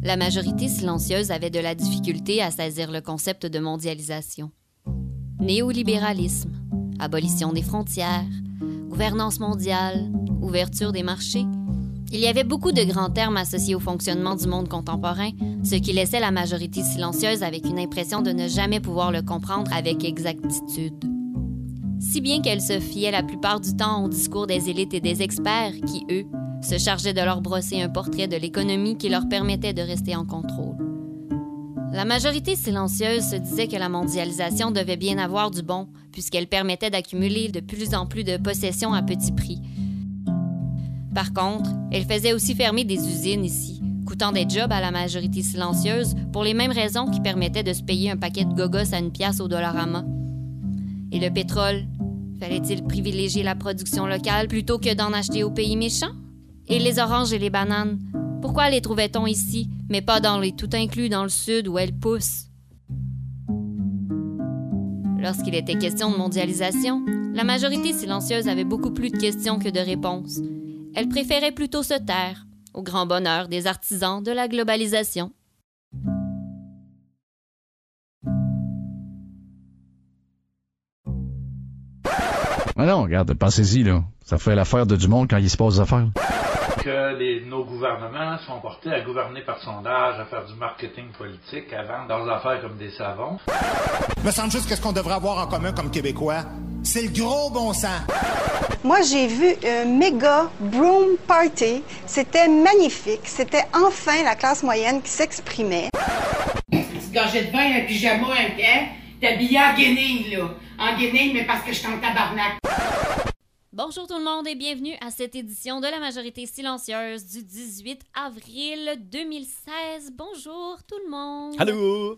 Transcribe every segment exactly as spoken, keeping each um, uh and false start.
La majorité silencieuse avait de la difficulté à saisir le concept de mondialisation. Néolibéralisme, abolition des frontières, gouvernance mondiale, ouverture des marchés. Il y avait beaucoup de grands termes associés au fonctionnement du monde contemporain, ce qui laissait la majorité silencieuse avec une impression de ne jamais pouvoir le comprendre avec exactitude. Si bien qu'elle se fiait la plupart du temps au discours des élites et des experts qui, eux, se chargeaient de leur brosser un portrait de l'économie qui leur permettait de rester en contrôle. La majorité silencieuse se disait que la mondialisation devait bien avoir du bon, puisqu'elle permettait d'accumuler de plus en plus de possessions à petit prix. Par contre, elle faisait aussi fermer des usines ici, coûtant des jobs à la majorité silencieuse pour les mêmes raisons qui permettaient de se payer un paquet de gogos à une pièce au Dollarama. Et le pétrole, fallait-il privilégier la production locale plutôt que d'en acheter aux pays méchants? Et les oranges et les bananes, pourquoi les trouvait-on ici, mais pas dans les tout inclus dans le sud où elles poussent? Lorsqu'il était question de mondialisation, la majorité silencieuse avait beaucoup plus de questions que de réponses. Elle préférait plutôt se taire, au grand bonheur des artisans de la globalisation. Ah non, regarde, pensez-y, là. Ça fait l'affaire de du monde quand il se passe des affaires. Que les, nos gouvernements sont portés à gouverner par sondage, à faire du marketing politique, à vendre leurs affaires comme des savons. Me semble juste que ce qu'on devrait avoir en commun comme Québécois, c'est le gros bon sens. Moi, j'ai vu un méga broom party. C'était magnifique. C'était enfin la classe moyenne qui s'exprimait. Une petite gorgée de vin, un pyjama, un gant, t'es habillé en guenille, là. En guenille, mais parce que je suis en tabarnak. Bonjour tout le monde et bienvenue à cette édition de la majorité silencieuse du dix-huit avril deux mille seize. Bonjour tout le monde. Allô.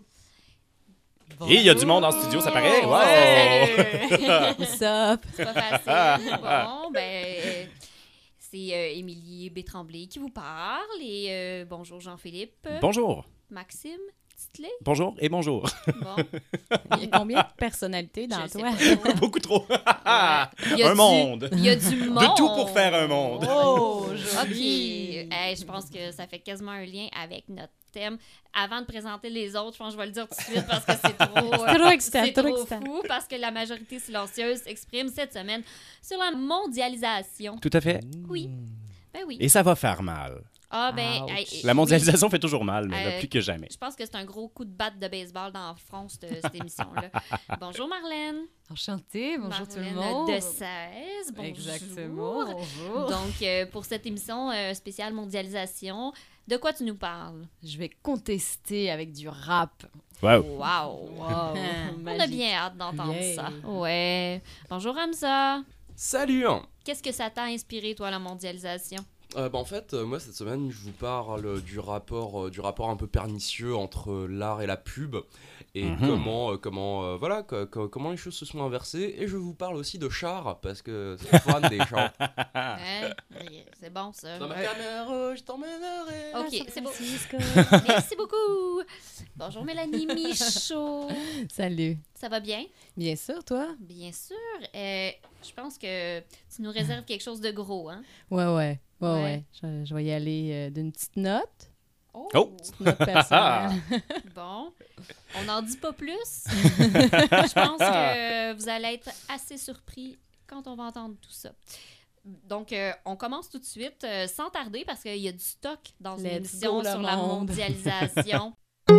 Et il y a du monde en studio, ça paraît. Wow. Salut. What's up? C'est pas facile. Bon, ben, c'est euh, Émilie B. Tremblay qui vous parle et euh, bonjour Jean-Philippe. Bonjour. Maxime Titley. Bonjour et bonjour. Bon. Il y a combien de personnalités dans Je toi? Beaucoup trop. Ouais. Il y a Un du- monde. Il y a du monde. De tout pour faire un monde. Oh, OK. joli! Hey, je pense que ça fait quasiment un lien avec notre thème. Avant de présenter les autres, je pense que je vais le dire tout de suite parce que c'est trop, euh, Trop excitant, c'est trop trop excitant. fou parce que la majorité silencieuse s'exprime cette semaine sur la mondialisation. Tout à fait. Oui. Ben oui. Et ça va faire mal. Ah ben, Ouch. hey, La mondialisation fait toujours mal, mais là, Euh, plus que jamais. je pense que c'est un gros coup de batte de baseball dans la France de cette émission-là. Bonjour Marlène. Enchantée, bonjour tout le Marlène monde. de seize. Bonjour. Exactement, bonjour. Donc, euh, pour cette émission euh, spéciale mondialisation, de quoi tu nous parles? Je vais contester avec du rap. Wow. Wow! Wow, On a bien hâte d'entendre Yeah. ça. Ouais. Bonjour Hamza. Salut! Qu'est-ce que ça t'a inspiré, toi, la mondialisation? Euh, bah, en fait, euh, moi cette semaine, je vous parle du rapport, euh, du rapport un peu pernicieux entre l'art et la pub et Mhm. comment, euh, comment, euh, voilà, co- co- comment les choses se sont inversées. Et je vous parle aussi de chars parce que c'est fun des chars. Hein? Oui, c'est bon, ça. Dans ma Euh, caméra, je t'emmènerai. à OK, San c'est beau. Francisco. Merci beaucoup. Bonjour Mélanie Michaud. Salut. Ça va bien? Bien sûr, toi? Bien sûr. Euh, je pense que tu nous réserves quelque chose de gros, hein? Ouais, ouais. Ouais, Ouais. ouais. Je, je vais y aller euh, d'une petite note. Oh! Oh! Petite note personnelle. Bon. On n'en dit pas plus. Je pense que vous allez être assez surpris quand on va entendre tout ça. Donc, euh, on commence tout de suite, euh, sans tarder, parce qu'il y a du stock dans une Let's émission go, le sur la monde. mondialisation.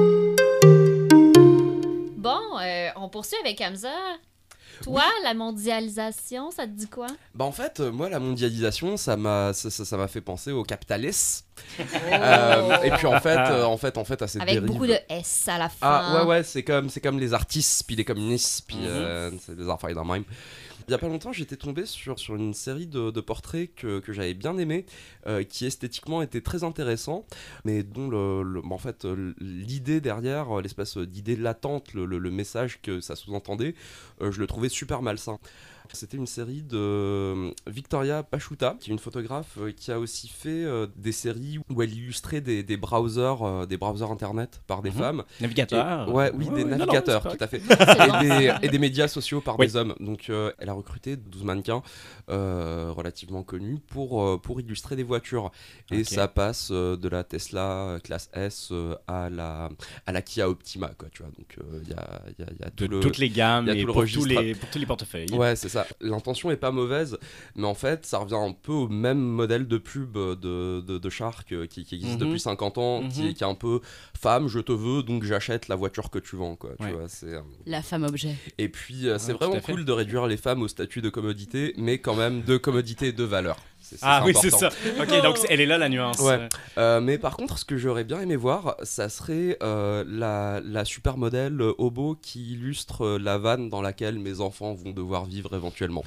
Bon, euh, on poursuit avec Hamza. Toi, la mondialisation, ça te dit quoi? Bah en fait, euh, moi la mondialisation, ça m'a, ça, ça- ça m'a fait penser au capitalisme. Euh, et puis en fait, euh, en fait, en fait, à cette Avec dérive. beaucoup de S à la fin. Ah ouais ouais, c'est comme c'est comme les artistes puis les communistes puis euh, c'est des affaires dans le même. Il y a pas longtemps, j'étais tombé sur, sur une série de, de portraits que, que j'avais bien aimé, euh, qui esthétiquement était très intéressant, mais dont le, le- en fait euh, l'idée derrière, euh, l'espèce d'idée latente, le, le- le message que ça sous-entendait, euh, je le trouvais super malsain. C'était une série de Victoria Pachuta, qui est une photographe qui a aussi fait euh, des séries où elle illustrait des, des browsers, euh, des browsers internet par des mm-hmm. femmes. Navigateurs. Et, ouais, oui, ouais, des ouais, navigateurs, non, non, tout à fait. et, des, et des médias sociaux par oui. des hommes. Donc, euh, elle a recruté douze mannequins euh, relativement connus pour, euh, pour illustrer des voitures. Et okay. ça passe euh, de la Tesla classe S euh, à, la, à la Kia Optima, quoi, tu vois. Donc, il euh, y a, y a, y a tout de le, toutes les gammes et tout pour, tous les, pour tous les portefeuilles. Ouais, c'est ça. L'intention est pas mauvaise, mais en fait, ça revient un peu au même modèle de pub de, de, de Shark qui, qui existe mm-hmm. depuis cinquante ans, mm-hmm. qui, qui est un peu femme, je te veux, donc j'achète la voiture que tu vends, quoi. Ouais. Tu vois, c'est, euh... la femme objet. Et puis, euh, c'est ouais, vraiment cool de réduire les femmes au statut de commodité, mais quand même de commodité et de valeur. C'est, c'est ah oui, important. c'est ça. Ok, donc elle est là la nuance. Ouais. Euh, mais par contre, ce que j'aurais bien aimé voir, ça serait euh, la, la supermodèle Hobo qui illustre la vanne dans laquelle mes enfants vont devoir vivre éventuellement.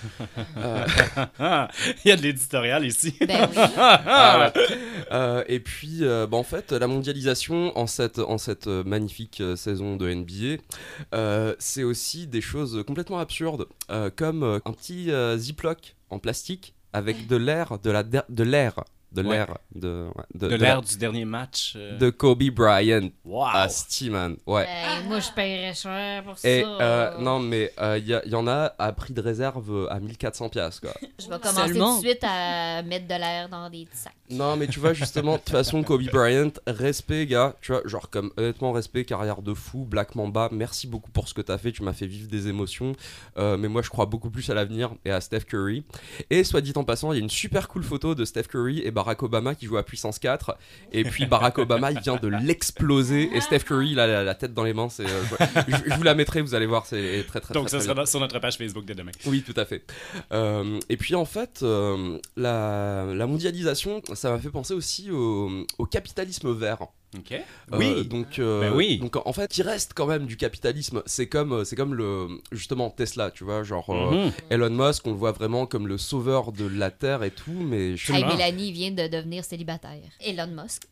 euh... Il y a de l'éditorial ici. Ben oui. ah, ouais. euh, et puis, euh, bah, en fait, la mondialisation en cette, en cette magnifique saison de N B A, euh, c'est aussi des choses complètement absurdes, euh, comme un petit euh, ziploc en plastique avec de l'air, de, la, de l'air, de ouais. l'air, de, de, de l'air la, du dernier match euh... de Kobe Bryant wow. à Steeman. Ouais. Hey, moi, je paierais cher pour Et, ça. Euh, non, mais il euh, y, y en a à prix de réserve à mille quatre cents piastres, quoi. Je vais commencer Seulement. tout de suite à mettre de l'air dans des sacs. Non, mais tu vois, justement, de toute façon, Kobe Bryant, respect, gars. Tu vois, genre, comme honnêtement, respect, carrière de fou, Black Mamba, merci beaucoup pour ce que t'as fait. Tu m'as fait vivre des émotions. Euh, mais moi, je crois beaucoup plus à l'avenir et à Steph Curry. Et soit dit en passant, il y a une super cool photo de Steph Curry et Barack Obama qui joue à puissance quatre. Et puis, Barack Obama, il vient de l'exploser. Et Steph Curry, il a la, la tête dans les mains. C'est, euh, je, je vous la mettrai, vous allez voir, c'est très, très, Donc, très, ça très sera bien. sur notre page Facebook dès demain. Oui, tout à fait. Euh, et puis, en fait, euh, la, la mondialisation, ça m'a fait penser aussi au, au capitalisme vert. Ok. Euh, oui. Donc, euh, ben oui. donc en fait, il reste quand même du capitalisme. C'est comme, c'est comme le justement Tesla, tu vois, genre mm-hmm. euh, Elon Musk, on le voit vraiment comme le sauveur de la terre et tout, mais je... hey, Mélanie vient de devenir célibataire. Elon Musk.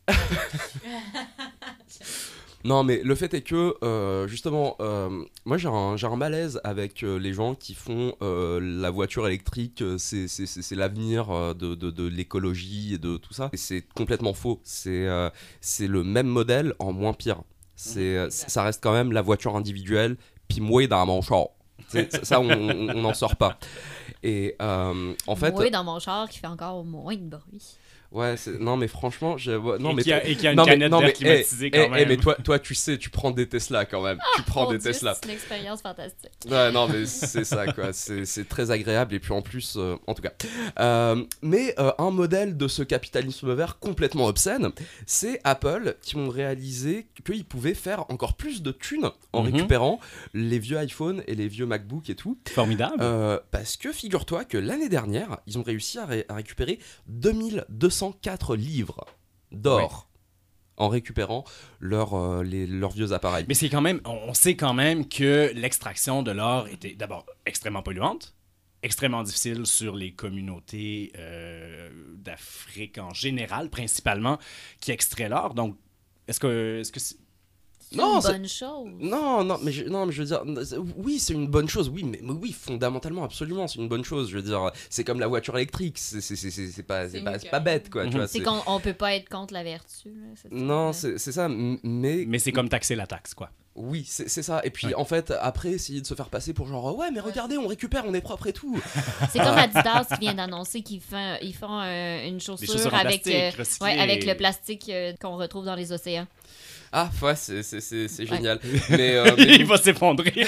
Non, mais le fait est que, euh, justement, euh, moi j'ai un, j'ai un malaise avec euh, les gens qui font euh, la voiture électrique, euh, c'est, c'est, c'est, c'est l'avenir euh, de, de, de l'écologie et de tout ça. Et c'est complètement faux. C'est, euh, c'est le même modèle en moins pire. C'est, euh, ça reste quand même la voiture individuelle, puis mouée dans mon char. C'est, ça, on n'en sort pas. Et euh, en fait. Mouée dans mon char qui fait encore moins de bruit. Ouais, c'est... non mais franchement, je... ouais, non, et, mais qui a, et qui a une non, canette mais, d'air mais, climatisée hey, quand hey, même. Hey, mais toi, toi, tu sais, tu prends des Tesla quand même. Oh, tu prends des Dieu, Tesla. C'est une expérience fantastique. Ouais, non, mais c'est ça, quoi. C'est, c'est très agréable et puis en plus, euh, en tout cas. Euh, mais euh, un modèle de ce capitalisme vert complètement obscène, c'est Apple qui ont réalisé qu'ils pouvaient faire encore plus de thunes en mm-hmm. récupérant les vieux iPhones et les vieux MacBooks et tout. Formidable. Euh, parce que figure-toi que l'année dernière, ils ont réussi à, ré- à récupérer deux mille deux cent quatre livres d'or ouais. en récupérant leur, euh, les, leurs vieux appareils. Mais c'est quand même, on sait quand même que l'extraction de l'or était d'abord extrêmement polluante, extrêmement difficile sur les communautés euh, d'Afrique en général, principalement, qui extraient l'or. Donc, est-ce que, est-ce que c'est... C'est non, une c'est... bonne chose. Non, non, mais je, non, mais je veux dire, oui, c'est une bonne chose, oui, mais, mais oui, fondamentalement, absolument, c'est une bonne chose. Je veux dire, c'est comme la voiture électrique, c'est, c'est, c'est, c'est, pas, c'est, c'est, pas, c'est pas bête, quoi. Mm-hmm. Tu vois, c'est, c'est qu'on on peut pas être contre la vertu. Là, c'est non, c'est, c'est ça, mais. Mais c'est comme taxer la taxe, quoi. Oui, c'est, c'est ça. Et puis, ouais. en fait, après, essayer de se faire passer pour genre, ouais, mais regardez, on récupère, on est propre et tout. C'est comme Adidas qui vient d'annoncer qu'ils font, ils font euh, une chaussure avec, euh, ouais, avec le plastique euh, qu'on retrouve dans les océans. Ah, ouais, c'est, c'est, c'est, c'est ouais. génial. Mais, euh, mais... Il va s'effondrer.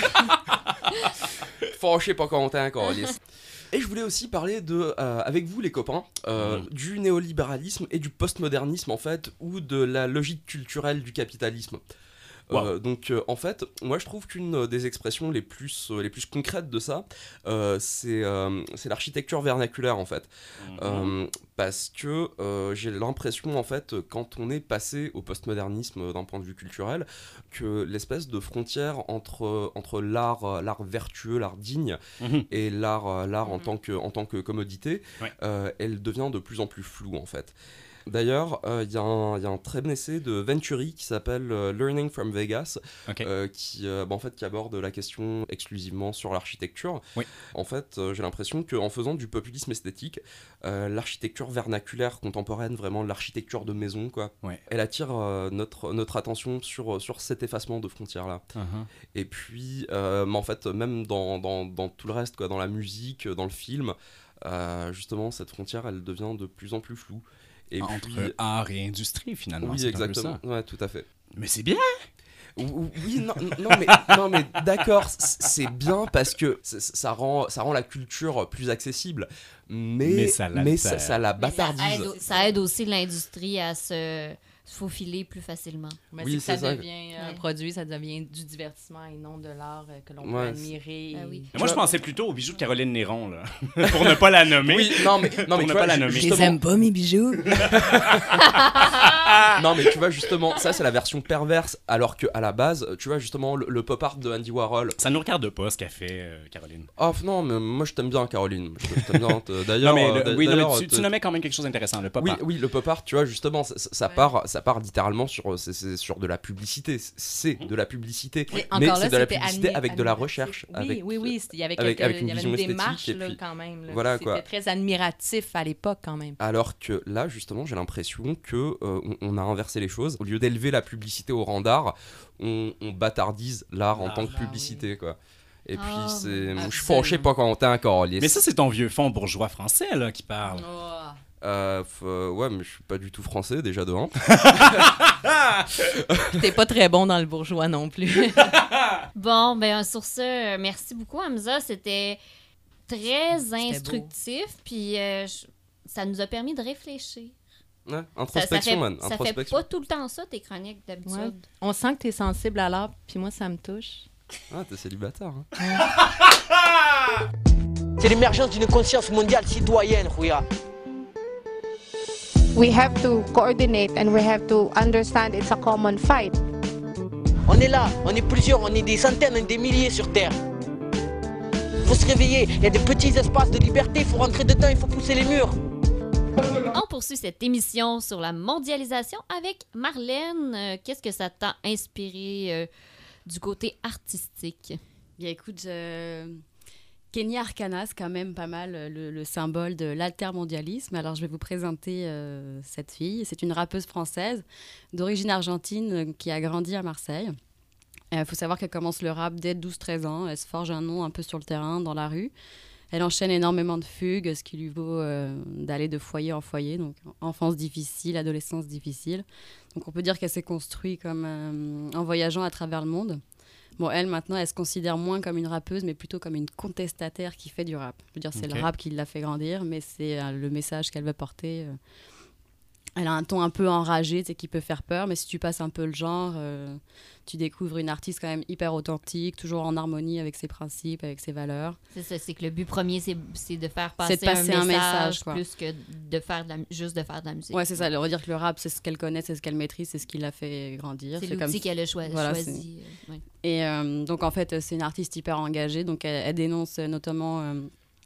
Fâché pas content encore, Alice. Et je voulais aussi parler de, euh, avec vous les copains, euh, mmh. du néolibéralisme et du postmodernisme en fait, ou de la logique culturelle du capitalisme. Wow. Euh, donc euh, en fait, moi je trouve qu'une des expressions les plus, euh, les plus concrètes de ça, euh, c'est, euh, c'est l'architecture vernaculaire en fait. Mm-hmm. Euh, parce que euh, j'ai l'impression en fait, quand on est passé au postmodernisme d'un point de vue culturel, que l'espèce de frontière entre, entre l'art, l'art vertueux, l'art digne, mm-hmm. et l'art, l'art mm-hmm. en, tant que, en tant que commodité, ouais. euh, elle devient de plus en plus floue en fait. D'ailleurs, il euh, y, y a un très bon essai de Venturi qui s'appelle euh, Learning from Vegas, okay. euh, qui, euh, bah, en fait, qui aborde la question exclusivement sur l'architecture. Oui. En fait, euh, j'ai l'impression qu'en faisant du populisme esthétique, euh, l'architecture vernaculaire contemporaine, vraiment l'architecture de maison, quoi, ouais. elle attire euh, notre, notre attention sur, sur cet effacement de frontières-là. Uh-huh. Et puis, euh, mais en fait, même dans, dans, dans tout le reste, quoi, dans la musique, dans le film, euh, justement, cette frontière, elle devient de plus en plus floue. Et entre puis, art et industrie, finalement. Oui, c'est exactement. Un peu ça. Ouais, tout à fait. Mais c'est bien. Oui, non, non, mais, non, mais d'accord, c'est bien parce que ça rend, ça rend la culture plus accessible, mais, mais ça, mais ça, ça la bâtardise. Ça aide, ça aide aussi l'industrie à se faufiler plus facilement. Mais oui, c'est que ça, ça devient un ouais. produit, ça devient du divertissement et non de l'art que l'on peut ouais, admirer. Ah oui. Moi, je pensais plutôt aux bijoux de Caroline Néron, là, pour ne pas la nommer. Oui, non, mais, non, mais pour ne vois, pas la nommer. Je les aime pas, mes bijoux. Non, mais tu vois, justement, ça, c'est la version perverse, alors qu'à la base, tu vois, justement, le, le pop art de Andy Warhol. Ça nous regarde pas, ce qu'a fait euh, Caroline. Oh, non, mais moi, je t'aime bien, Caroline. Je t'aime bien. D'ailleurs, non, mais, le, oui, non, mais tu, te... tu nommais quand même quelque chose d'intéressant, le pop oui, art. Oui, le pop art, tu vois, justement, ça, ça, ouais. part, ça part littéralement sur, c'est, c'est sur de la publicité. C'est de la publicité. Oui, mais là, c'est de la publicité admi- avec de la recherche. Oui, avec, oui, oui. Il y avait, avec, quelques, avec une, il y avait vision une démarche esthétique. là, Puis, quand même. Là. Voilà, C'était quoi. très admiratif à l'époque, quand même. Alors que là, justement, j'ai l'impression qu'on euh, on a inversé les choses. Au lieu d'élever la publicité au rang d'art, on, on bâtardise l'art ah, en tant que publicité, oui. quoi. Et oh, puis, c'est... Je sais pas quand t'es encore. Les... Mais ça, c'est ton vieux fond bourgeois français, là, qui parle. Oh. Euh, f- ouais, mais je suis pas du tout français, déjà de un. T'es pas très bon dans le bourgeois non plus. Bon, ben sur ce, merci beaucoup, Hamza. C'était très C'était instructif, puis euh, je... ça nous a permis de réfléchir. Ouais, introspection, ça, ça fait, man. Ça fait pas tout le temps ça, tes chroniques, d'habitude. Ouais. On sent que t'es sensible à l'art, puis moi, ça me touche. Ah, t'es célibataire, hein. C'est l'émergence d'une conscience mondiale citoyenne, Rouya. We have to coordinate and we have to understand it's a common fight. On est là, on est plusieurs, on est des centaines, on est des milliers sur Terre. Il faut se réveiller, il y a des petits espaces de liberté, il faut rentrer dedans, il faut pousser les murs. On poursuit cette émission sur la mondialisation avec Marlène. Euh, qu'est-ce que ça t'a inspiré euh, du côté artistique? Bien écoute, je... Kenya Arcana, c'est quand même pas mal le, le symbole de l'altermondialisme. Alors, je vais vous présenter euh, cette fille. C'est une rappeuse française d'origine argentine euh, qui a grandi à Marseille. Il euh, faut savoir qu'elle commence le rap dès douze treize ans. Elle se forge un nom un peu sur le terrain, dans la rue. Elle enchaîne énormément de fugues, ce qui lui vaut euh, d'aller de foyer en foyer. Donc, enfance difficile, adolescence difficile. Donc, on peut dire qu'elle s'est construite comme, euh, en voyageant à travers le monde. Bon, elle, maintenant, elle se considère moins comme une rappeuse, mais plutôt comme une contestataire qui fait du rap. Je veux dire, c'est okay. le rap qui l'a fait grandir, mais c'est euh, le message qu'elle veut porter. Euh. Elle a un ton un peu enragé, tu sais, qui peut faire peur, mais si tu passes un peu le genre, euh, tu découvres une artiste quand même hyper authentique, toujours en harmonie avec ses principes, avec ses valeurs. C'est ça, c'est que le but premier, c'est, c'est de faire passer, de passer un, un message, message plus que de faire de la, juste de faire de la musique. Ouais, c'est ça. On va dire que le rap, c'est ce qu'elle connaît, c'est ce qu'elle maîtrise, c'est ce qui l'a fait grandir. C'est, c'est l'outil comme... qu'elle a choi- voilà, choisi. Euh, ouais. Et euh, donc, en fait, c'est une artiste hyper engagée. Donc, elle, elle dénonce notamment... Euh,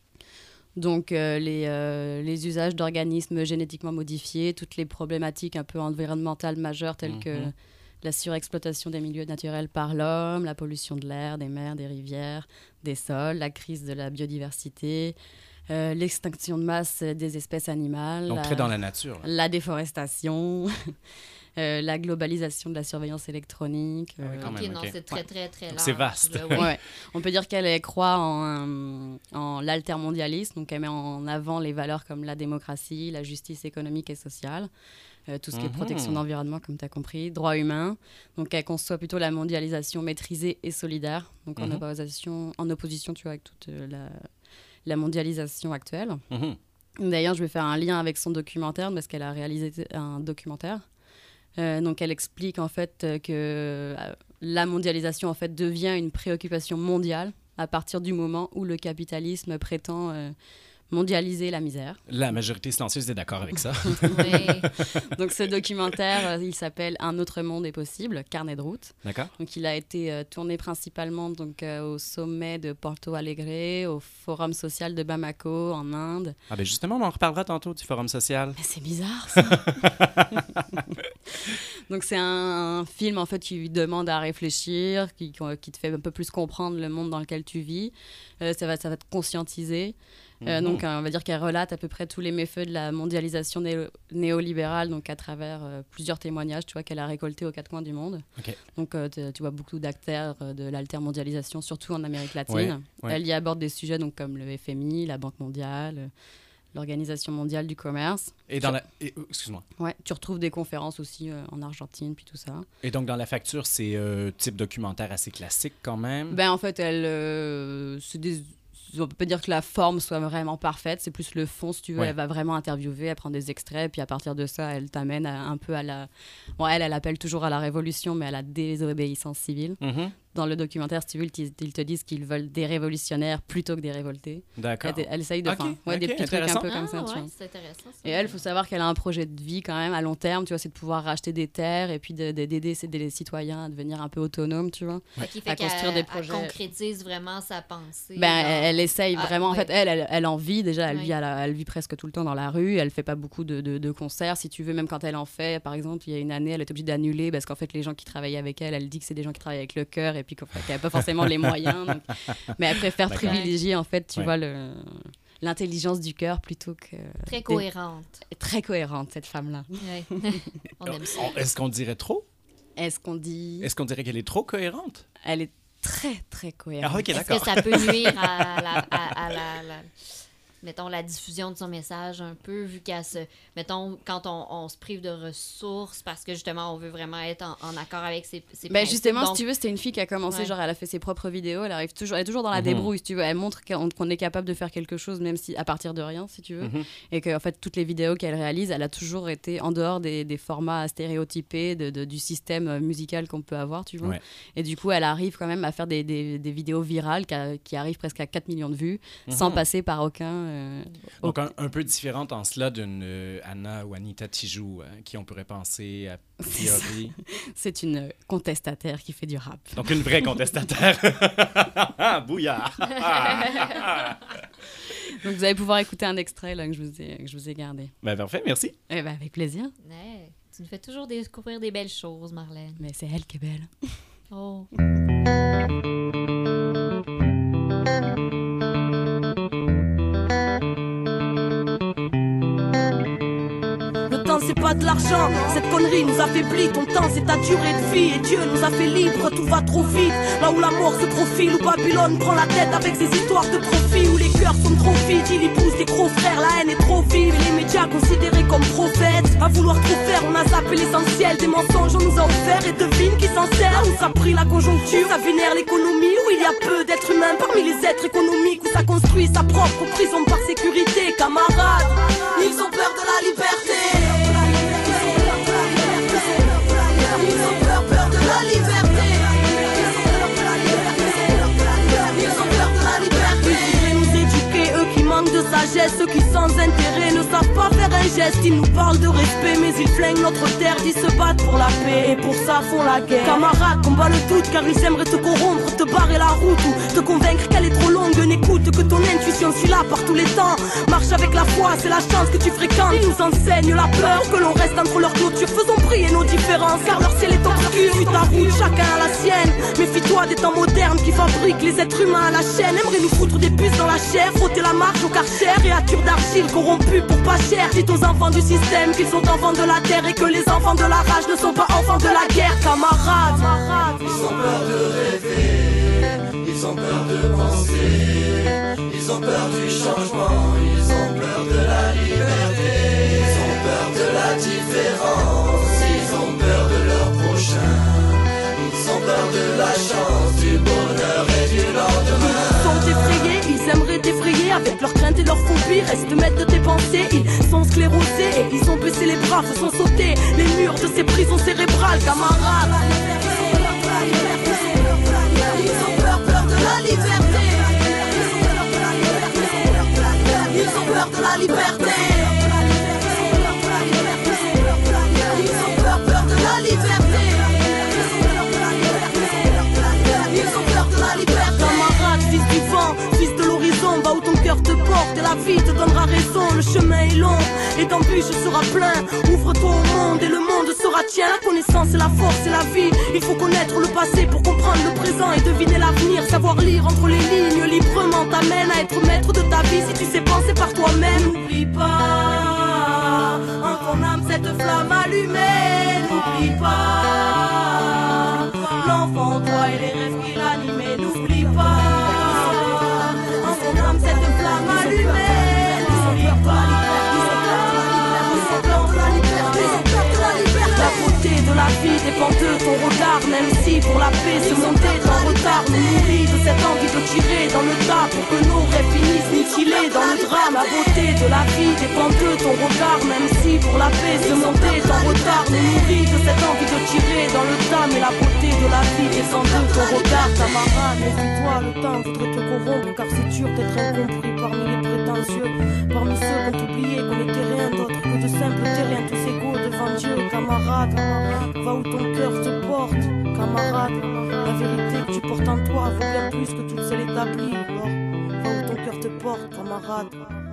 Donc, euh, les, euh, les usages d'organismes génétiquement modifiés, toutes les problématiques un peu environnementales majeures telles mmh. que la surexploitation des milieux naturels par l'homme, la pollution de l'air, des mers, des rivières, des sols, la crise de la biodiversité, euh, l'extinction de masse des espèces animales. Donc, la, très dans la nature. Là. La déforestation. Euh, la globalisation de la surveillance électronique. Euh... Ah oui, ok, même, non, okay. c'est très, ouais. très, très large. C'est vaste. Euh, ouais. Ouais. On peut dire qu'elle croit en, en l'altermondialisme, donc elle met en avant les valeurs comme la démocratie, la justice économique et sociale, euh, tout ce qui mm-hmm. est protection d'environnement, comme tu as compris, droits humains. Donc elle conçoit plutôt la mondialisation maîtrisée et solidaire, donc mm-hmm. en, opposition, en opposition tu vois, avec toute la, la mondialisation actuelle. Mm-hmm. D'ailleurs, je vais faire un lien avec son documentaire, parce qu'elle a réalisé un documentaire. Euh, donc, elle explique en fait euh, que euh, la mondialisation en fait devient une préoccupation mondiale à partir du moment où le capitalisme prétend euh, mondialiser la misère. La majorité silencieuse est d'accord avec ça. Oui. Donc ce documentaire, euh, il s'appelle Un autre monde est possible, carnet de route. D'accord. Donc il a été euh, tourné principalement donc, euh, au sommet de Porto Alegre, au Forum social de Bamako, en Inde. Ah ben justement, on en reparlera tantôt du Forum social. Mais c'est bizarre, ça. Donc c'est un, un film en fait qui demande à réfléchir, qui, qui te fait un peu plus comprendre le monde dans lequel tu vis. Euh, ça va, ça va te conscientiser. Euh, mmh. Donc, euh, on va dire qu'elle relate à peu près tous les méfaits de la mondialisation néo- néolibérale, donc à travers euh, plusieurs témoignages, tu vois, qu'elle a récoltés aux quatre coins du monde. Okay. Donc, euh, tu vois beaucoup d'acteurs euh, de l'altermondialisation, surtout en Amérique latine. Ouais, ouais. Elle y aborde des sujets donc comme le F M I, la Banque mondiale, euh, l'Organisation mondiale du commerce. Et dans la... Et, oh, excuse-moi. Ouais, tu retrouves des conférences aussi euh, en Argentine, puis tout ça. Et donc, dans la facture, c'est euh, type documentaire assez classique quand même? Ben, en fait, elle... Euh, c'est des... On peut pas dire que la forme soit vraiment parfaite, c'est plus le fond, si tu veux. Ouais. Elle va vraiment interviewer, elle prend des extraits, puis à partir de ça, elle t'amène à, un peu à la... Bon, elle, elle appelle toujours à la révolution, mais à la désobéissance civile. Mm-hmm. Dans le documentaire, si tu veux, ils, ils te disent qu'ils veulent des révolutionnaires plutôt que des révoltés. D'accord. Elle, elle essaye de faire okay. ouais, okay. des petits trucs un peu ah, comme ça. Ouais, tu vois. c'est intéressant. Ça. Et elle, il faut savoir qu'elle a un projet de vie quand même à long terme, tu vois, c'est de pouvoir racheter des terres et puis de, de, d'aider les citoyens à devenir un peu autonomes, tu vois, ouais. Fait à construire des projets. Elle concrétise vraiment sa pensée. Ben, elle, elle essaye ah, vraiment. Ouais. En fait, elle, elle, elle en vit déjà. Elle, ouais. vit à la, elle vit presque tout le temps dans la rue. Elle fait pas beaucoup de, de, de concerts, si tu veux. Même quand elle en fait, par exemple, il y a une année, elle est obligée d'annuler parce qu'en fait, les gens qui travaillaient avec elle, elle dit que c'est des gens qui travaillent avec le cœur et puis qu'en fait, qu'elle n'a pas forcément les moyens. Donc... Mais elle préfère D'accord. privilégier, en fait, tu ouais. vois, le... l'intelligence du cœur plutôt que... Très cohérente. Des... Très cohérente, cette femme-là. Ouais. On aime ça. Est-ce qu'on dirait trop? Est-ce qu'on dit... Est-ce qu'on dirait qu'elle est trop cohérente? Elle est très, très cohérente. Ah, okay, Est-ce que ça peut nuire à la... À, à la, la... mettons, la diffusion de son message un peu, vu qu'elle se... Mettons, quand on, on se prive de ressources, parce que, justement, on veut vraiment être en, en accord avec ses, ses ben principes. Justement, donc... si tu veux, c'était une fille qui a commencé, ouais. genre, elle a fait ses propres vidéos, elle arrive toujours, elle est toujours dans la mm-hmm. débrouille, si tu veux. Elle montre qu'on, qu'on est capable de faire quelque chose, même si, à partir de rien, si tu veux. Mm-hmm. Et qu'en fait, toutes les vidéos qu'elle réalise, elle a toujours été en dehors des, des formats stéréotypés de, de, du système musical qu'on peut avoir, tu vois. Ouais. Et du coup, elle arrive quand même à faire des, des, des vidéos virales qui, a, qui arrivent presque à quatre millions de vues, mm-hmm. sans passer par aucun... Euh, Donc, un, un peu différente en cela d'une euh, Anna ou Anita Tijoux, hein, qui on pourrait penser à priori. C'est une contestataire qui fait du rap. Donc, une vraie contestataire. Bouillard. Donc, vous allez pouvoir écouter un extrait là, que, je vous ai, que je vous ai gardé. Ben, parfait, merci. Eh ben, avec plaisir. Ouais, tu nous fais toujours découvrir des belles choses, Marlène. Mais c'est elle qui est belle. Oh. C'est pas de l'argent, cette connerie nous affaiblit. Ton temps c'est ta durée de vie et Dieu nous a fait libres. Tout va trop vite, là où la mort se profile, où Babylone prend la tête avec ses histoires de profit, où les cœurs sont trop vides, il épouse les gros frères, la haine est trop vive et les médias considérés comme prophètes. À vouloir trop faire, on a zappé l'essentiel des mensonges, on nous a offert et devine qui s'en sert. Où ça pris la conjoncture, ça vénère l'économie, où il y a peu d'êtres humains parmi les êtres économiques, où ça construit sa propre prison par sécurité. Camarades, ils ont peur de la liberté. Ils ont peur, peur de la liberté. Ils ont peur de la liberté. Ils voudraient nous éduquer, eux qui manquent de sagesse, ceux qui sans intérêt ne savent pas faire un geste. Ils nous parlent de respect, mais ils flinguent notre terre, ils se battent pour la paix et pour ça font la guerre. Camarades, combat le doute car ils aimeraient te corrompre, te barrer la route ou te convaincre qu'elle est trop longue. N'écoute que ton intuition, suis là par tous les temps. Marche avec la foi, c'est la chance que tu fréquentes. Ils nous enseignent la peur, que l'on reste entre leurs clôtures. Faisons briller nos différences, car leur ciel est obscur. Suis ta route, chacun a la sienne. Méfie-toi des temps modernes qui fabriquent les êtres humains à la chaîne. Aimeraient nous foutre des puces dans la chair, frotter la marche au karcher, créatures d'argile corrompues pour pas cher. Dites aux enfants du système qu'ils sont enfants de la terre et que les enfants de la rage ne sont pas enfants de la guerre. Camarades, ils ont peur de rêver, ils ont peur de penser, ils ont peur du changement, ils ont peur de la liberté, ils ont peur de la différence, ils ont peur de leur prochain, ils ont peur de la chance, du bonheur et du lendemain. Ils sont effrayés, ils aimeraient t'effrayer avec leurs craintes et leurs phobies. Reste maître de tes pensées, ils sont sclérosés et ils ont baissé les bras, faisant sauter les murs de ces prisons cérébrales. Camarades, ils ont peur, peur de la liberté. Ils ont la liberté. Ils ont peur, peur de la liberté. Ils ont peur de la liberté. Camarade, fils du vent, fils de l'horizon, va où ton cœur te porte et la vie te donnera raison. Le chemin est long et d'embûches sera plein. Ouvre-toi au monde et le monde sera tien. La connaissance et la force et la vie. Il faut connaître le passé pour comprendre le présent et deviner l'avenir. Savoir lire entre les lignes librement t'amène à être maître de ta vie si tu sais penser par toi-même. N'oublie pas en ton âme cette flamme allumée. N'oublie pas l'enfant en toi et les rêves qui l'animaient. N'oublie pas en ton âme cette flamme allumée. N'oublie pas la beauté de la vie dépend de ton regard. Même si pour la paix ce monde est en retard, nous nourrit de cette envie de tirer dans le tas pour que nos rêves finissent mutilés dans le drame. La beauté de la vie dépend de ton regard. Même si pour la paix ce monde est en retard, nous nourrit de cette envie de tirer dans le tas. Mais la beauté de la vie descend de ton regard. Camarade, méfie-toi, le temps voudrait te corrompre, car c'est dur d'être incompris parmi les prétentieux, parmi ceux qui ont oublié qu'on était rien d'autre que de simples terriens, tous égaux devant Dieu. Camarade, va où ton cœur te porte. Camarade, la vérité que tu portes en toi vaut bien plus que toute celle établie. Alors, va où ton cœur te porte, camarade.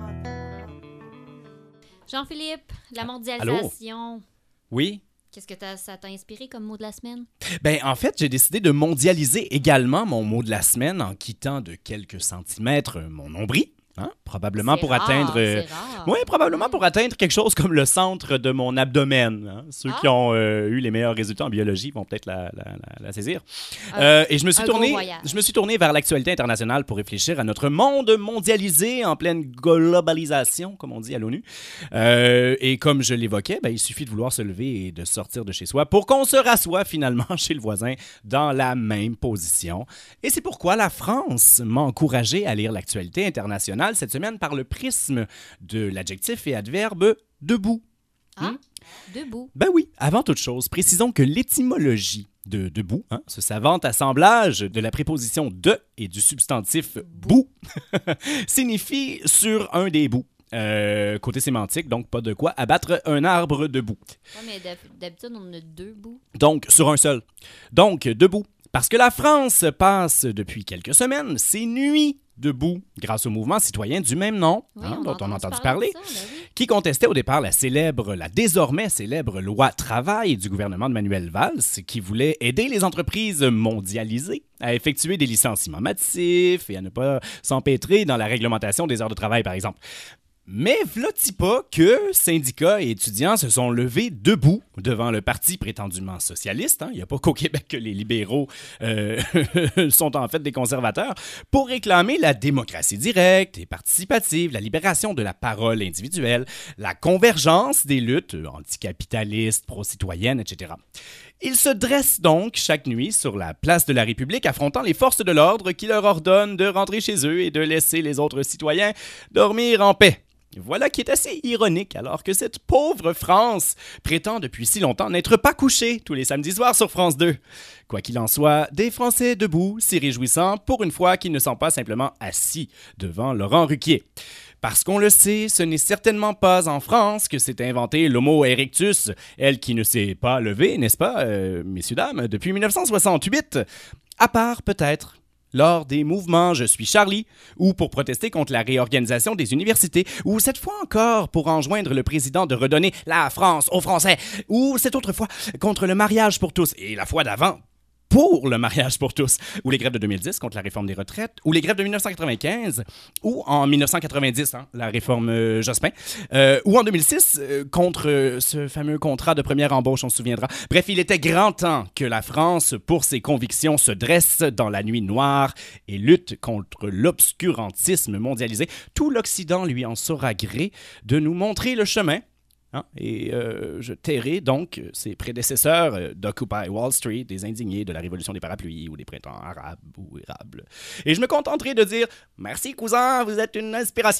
Jean-Philippe, la mondialisation. Allô? Oui? Qu'est-ce que t'as, ça t'a inspiré comme mot de la semaine? Ben, en fait, j'ai décidé de mondialiser également mon mot de la semaine en quittant de quelques centimètres mon nombril. Hein? Probablement c'est pour rare, atteindre. C'est rare. Oui, probablement pour atteindre quelque chose comme le centre de mon abdomen. Hein? Ceux ah. qui ont euh, eu les meilleurs résultats en biologie vont peut-être la, la, la, la saisir. Un, euh, et je me suis tourné, je me suis tourné vers l'actualité internationale pour réfléchir à notre monde mondialisé en pleine globalisation, comme on dit à l'ONU. Euh, et comme je l'évoquais, ben, il suffit de vouloir se lever et de sortir de chez soi pour qu'on se rassoie finalement chez le voisin dans la même position. Et c'est pourquoi la France m'a encouragé à lire l'actualité internationale cette semaine par le prisme de l'adjectif et adverbe « debout ». Ah, hmm? Debout. Ben oui, avant toute chose, précisons que l'étymologie de « debout hein, », ce savant assemblage de la préposition « de » et du substantif « bout » signifie « sur un des bouts ». Euh, côté sémantique, donc pas de quoi abattre un arbre debout. Oui, mais d'habitude, on a deux bouts. Donc, sur un seul. Donc, debout. Parce que la France passe depuis quelques semaines ses nuits debout grâce au mouvement citoyen du même nom, oui, hein, on dont on a entendu parler, ça, ben oui. qui contestait au départ la célèbre, la désormais célèbre loi travail du gouvernement de Manuel Valls, qui voulait aider les entreprises mondialisées à effectuer des licenciements massifs et à ne pas s'empêtrer dans la réglementation des heures de travail, par exemple. Mais v'là-t-il pas que syndicats et étudiants se sont levés debout devant le parti prétendument socialiste, hein, il n'y a pas qu'au Québec que les libéraux euh, sont en fait des conservateurs, pour réclamer la démocratie directe et participative, la libération de la parole individuelle, la convergence des luttes anticapitalistes, pro-citoyennes, et cetera. Ils se dressent donc chaque nuit sur la place de la République, affrontant les forces de l'ordre qui leur ordonnent de rentrer chez eux et de laisser les autres citoyens dormir en paix. Voilà qui est assez ironique, alors que cette pauvre France prétend depuis si longtemps n'être pas couchée tous les samedis soirs sur France deux. Quoi qu'il en soit, des Français debout, s'y réjouissant pour une fois qu'ils ne sont pas simplement assis devant Laurent Ruquier. Parce qu'on le sait, ce n'est certainement pas en France que s'est inventé l'Homo erectus, elle qui ne s'est pas levée, n'est-ce pas, euh, messieurs, dames, depuis dix-neuf cent soixante-huit, à part peut-être lors des mouvements « Je suis Charlie » ou pour protester contre la réorganisation des universités, ou cette fois encore pour enjoindre le président de redonner la France aux Français, ou cette autre fois contre le mariage pour tous, et la fois d'avant pour le mariage pour tous, ou les grèves de deux mille dix contre la réforme des retraites, ou les grèves de dix-neuf cent quatre-vingt-quinze, ou en dix-neuf cent quatre-vingt-dix, hein, la réforme euh, Jospin, euh, ou en deux mille six euh, contre euh, ce fameux contrat de première embauche, on se souviendra. Bref, il était grand temps que la France, pour ses convictions, se dresse dans la nuit noire et lutte contre l'obscurantisme mondialisé. Tout l'Occident lui en saura gré de nous montrer le chemin. Hein? Et euh, je tairai donc ses prédécesseurs euh, d'Occupy Wall Street, des indignés de la révolution des parapluies ou des printemps arabes ou érables. Et je me contenterai de dire « Merci cousin, vous êtes une inspiration ».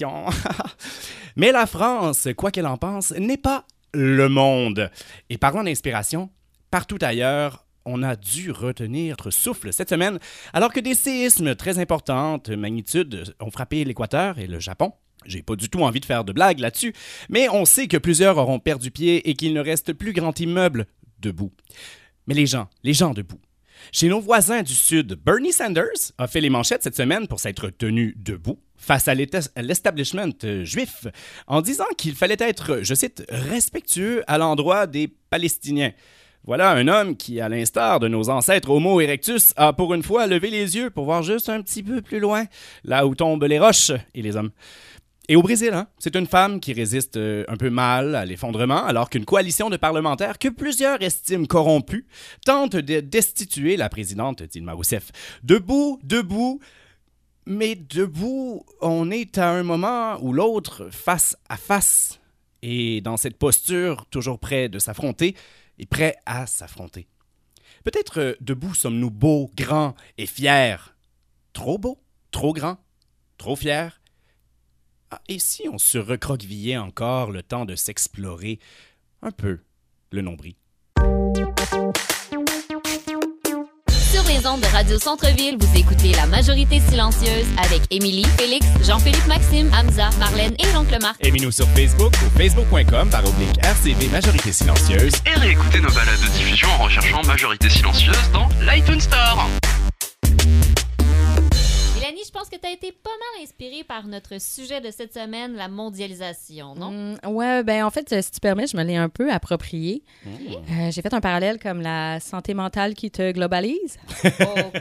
Mais la France, quoi qu'elle en pense, n'est pas le monde. Et parlant d'inspiration, partout ailleurs, on a dû retenir notre souffle cette semaine alors que des séismes très importantes, magnitude, ont frappé l'Équateur et le Japon. J'ai pas du tout envie de faire de blagues là-dessus, mais on sait que plusieurs auront perdu pied et qu'il ne reste plus grand immeuble debout. Mais les gens, les gens debout. Chez nos voisins du Sud, Bernie Sanders a fait les manchettes cette semaine pour s'être tenu debout face à l'establishment juif en disant qu'il fallait être, je cite, respectueux à l'endroit des Palestiniens. Voilà un homme qui, à l'instar de nos ancêtres Homo erectus, a pour une fois levé les yeux pour voir juste un petit peu plus loin, là où tombent les roches et les hommes. Et au Brésil, hein, c'est une femme qui résiste euh, un peu mal à l'effondrement, alors qu'une coalition de parlementaires que plusieurs estiment corrompus tente de destituer la présidente Dilma Rousseff. Debout, debout, mais debout, on est à un moment ou l'autre face à face. Et dans cette posture, toujours prêt de s'affronter et prêt à s'affronter. Peut-être euh, debout sommes-nous beaux, grands et fiers. Trop beaux, trop grands, trop fiers. Ah, et si on se recroquevillait encore le temps de s'explorer un peu le nombril? Sur les ondes de Radio Centre-Ville, vous écoutez La Majorité Silencieuse avec Émilie, Félix, Jean-Philippe Maxime, Hamza, Marlène et l'oncle Marc. Aimez-nous sur Facebook ou facebook point com par oblique R C V Majorité Silencieuse. Et réécoutez nos balades de diffusion en recherchant Majorité Silencieuse dans l'iTunes Store. Mélanie, je pense que tu as été pas mal inspirée par notre sujet de cette semaine, la mondialisation, non? Mmh, ouais, ben en fait, si tu permets, je me l'ai un peu approprié. Mmh. Euh, j'ai fait un parallèle comme la santé mentale qui te globalise. OK.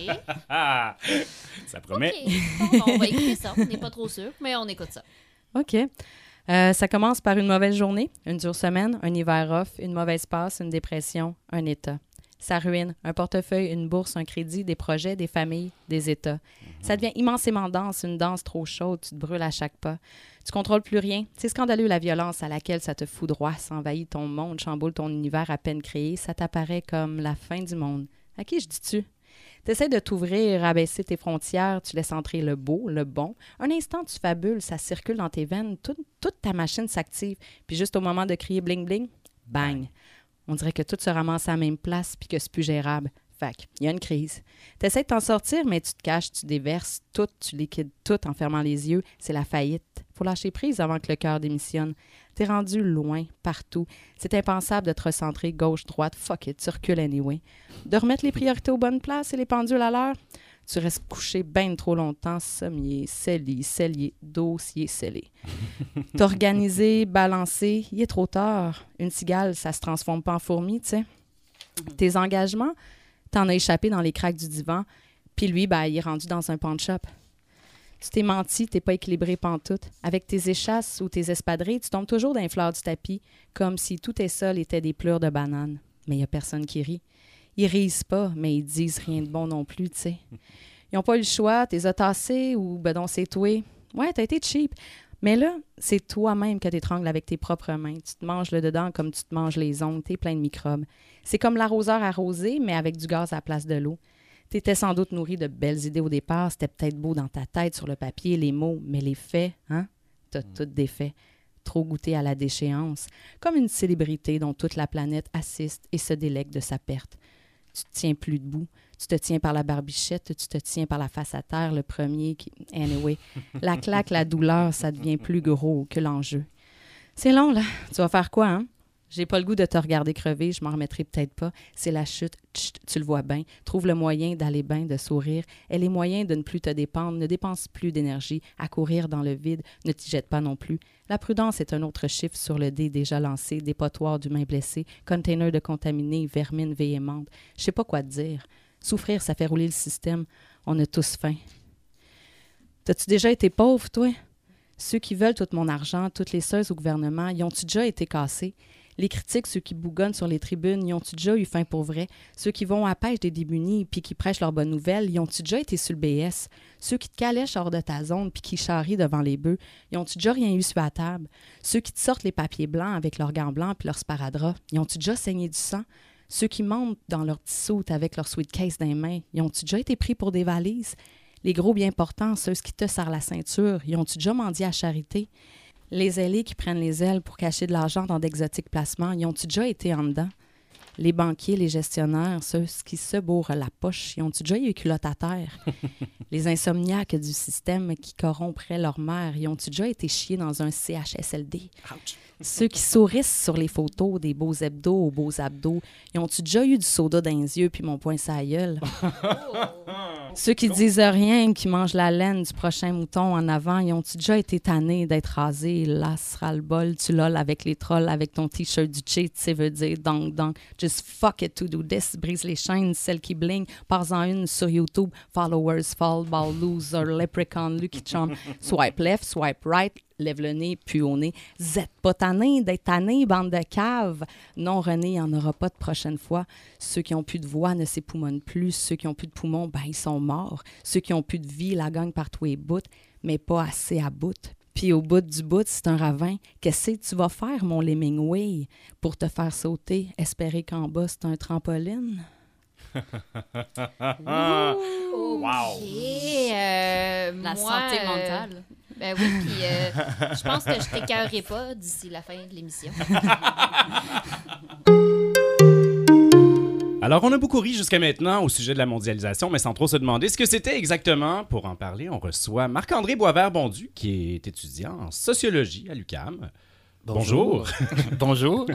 Ça promet. OK. Bon, bon, on va écouter ça. On n'est pas trop sûr, mais on écoute ça. OK. Euh, ça commence par une mauvaise journée, une dure semaine, un hiver off, une mauvaise passe, une dépression, un état. Ça ruine un portefeuille, une bourse, un crédit, des projets, des familles, des États. Mm-hmm. Ça devient immensément dense, une danse trop chaude, tu te brûles à chaque pas. Tu contrôles plus rien. C'est scandaleux la violence à laquelle ça te foudroie, ça envahit ton monde, chamboule ton univers à peine créé, ça t'apparaît comme la fin du monde. À qui je dis-tu? T'essaies de t'ouvrir, rabaisser tes frontières, tu laisses entrer le beau, le bon. Un instant, tu fabules, ça circule dans tes veines, toute, toute ta machine s'active. Puis juste au moment de crier bling-bling, bang! On dirait que tout se ramasse à la même place puis que c'est plus gérable. Fac, il y a une crise. Tu essaies de t'en sortir, mais tu te caches, tu déverses tout, tu liquides tout en fermant les yeux. C'est la faillite. Faut lâcher prise avant que le cœur démissionne. T'es rendu loin, partout. C'est impensable de te recentrer gauche-droite. Fuck it, tu recules anyway. De remettre les priorités aux bonnes places et les pendules à l'heure. Tu restes couché bien trop longtemps, sommier, scellé, cellier, dossier scellé. T'organiser, balancer, il est trop tard. Une cigale, ça se transforme pas en fourmi, tu sais. Mm-hmm. Tes engagements, t'en as échappé dans les craques du divan, puis lui, ben, il est rendu dans un pawn shop. Tu t'es menti, t'es pas équilibré pantoute. Avec tes échasses ou tes espadrilles, tu tombes toujours dans les fleurs du tapis, comme si tout tes sols étaient des pleurs de banane. Mais il y a personne qui rit. Ils risent pas, mais ils disent rien de bon non plus, tu sais. Ils ont pas eu le choix, t'es tassé ou ben donc c'est toi. Ouais, t'as été cheap. Mais là, c'est toi-même que t'étrangles avec tes propres mains. Tu te manges le dedans comme tu te manges les ongles, t'es plein de microbes. C'est comme l'arroseur arrosé, mais avec du gaz à la place de l'eau. T'étais sans doute nourri de belles idées au départ, c'était peut-être beau dans ta tête, sur le papier, les mots, mais les faits, hein? T'as mm. tout défait. Trop goûté à la déchéance, comme une célébrité dont toute la planète assiste et se délecte de sa perte. Tu te tiens plus debout, tu te tiens par la barbichette, tu te tiens par la face à terre, le premier qui... Anyway, la claque, la douleur, ça devient plus gros que l'enjeu. C'est long, là. Tu vas faire quoi, hein? J'ai pas le goût de te regarder crever, je m'en remettrai peut-être pas. C'est la chute, Tchut, tu le vois bien. Trouve le moyen d'aller bien, de sourire. Et les moyens de ne plus te dépendre, ne dépense plus d'énergie. À courir dans le vide, ne t'y jette pas non plus. La prudence est un autre chiffre sur le dé déjà lancé, dépotoir d'humains blessés, container de contaminés, vermine véhémente. Je sais pas quoi te dire. Souffrir, ça fait rouler le système. On a tous faim. T'as-tu déjà été pauvre, toi? Ceux qui veulent tout mon argent, toutes les seules au gouvernement, y ont-tu déjà été cassés? Les critiques, ceux qui bougonnent sur les tribunes, y ont-tu déjà eu faim pour vrai? Ceux qui vont à la pêche des démunis puis qui prêchent leurs bonnes nouvelles, y ont-tu déjà été sur le B S? Ceux qui te calèchent hors de ta zone puis qui charrient devant les bœufs, y ont-tu déjà rien eu sur la table? Ceux qui te sortent les papiers blancs avec leurs gants blancs puis leurs sparadraps, y ont-tu déjà saigné du sang? Ceux qui montent dans leur petit soute avec leur suitcase dans les mains, y ont-tu déjà été pris pour des valises? Les gros bien portants, ceux qui te serrent la ceinture, y ont-tu déjà mendié à charité? Les ailés qui prennent les ailes pour cacher de l'argent dans d'exotiques placements, y ont-tu déjà été en dedans? Les banquiers, les gestionnaires, ceux qui se bourrent la poche, ils ont-tu déjà eu les culottes à terre? Les insomniaques du système qui corrompraient leur mère, ils ont-tu déjà été chiés dans un C H S L D? Ouch. Ceux qui sourissent sur les photos des beaux hebdos aux beaux abdos, ils ont-tu déjà eu du soda dans les yeux puis mon poing sur la gueule? Ceux qui disent rien, qui mangent la laine du prochain mouton en avant, ils ont-tu déjà été tannés d'être rasés? Là, sera le bol, tu lol avec les trolls, avec ton t-shirt du cheat, tu sais, veut dire donc donc. Just fuck it to do this, brise les chaînes, celle qui bling, pars-en une sur YouTube, followers, fall, ball, loser, leprechaun, Lucky Charm, swipe left, swipe right, lève le nez, puis au nez. Vous êtes pas tannés d'être tannés, bande de caves. Non, René, il n'y en aura pas de prochaine fois. Ceux qui ont plus de voix ne s'époumonnent plus. Ceux qui ont plus de poumons, ben ils sont morts. Ceux qui ont plus de vie la gagnent par tous les bouts, mais pas assez à bout. Puis au bout du bout, c'est un ravin. Qu'est-ce que tu vas faire, mon Hemingway, pour te faire sauter, espérer qu'en bas, c'est un trampoline? Wow! La Euh, moi, santé euh, mentale. Ben oui, puis euh, je pense que je t'écœurerai pas d'ici la fin de l'émission. Alors, on a beaucoup ri jusqu'à maintenant au sujet de la mondialisation, mais sans trop se demander ce que c'était exactement. Pour en parler, on reçoit Marc-André Boisvert-Bondu, qui est étudiant en sociologie à l'U Q A M. Bonjour. Bonjour.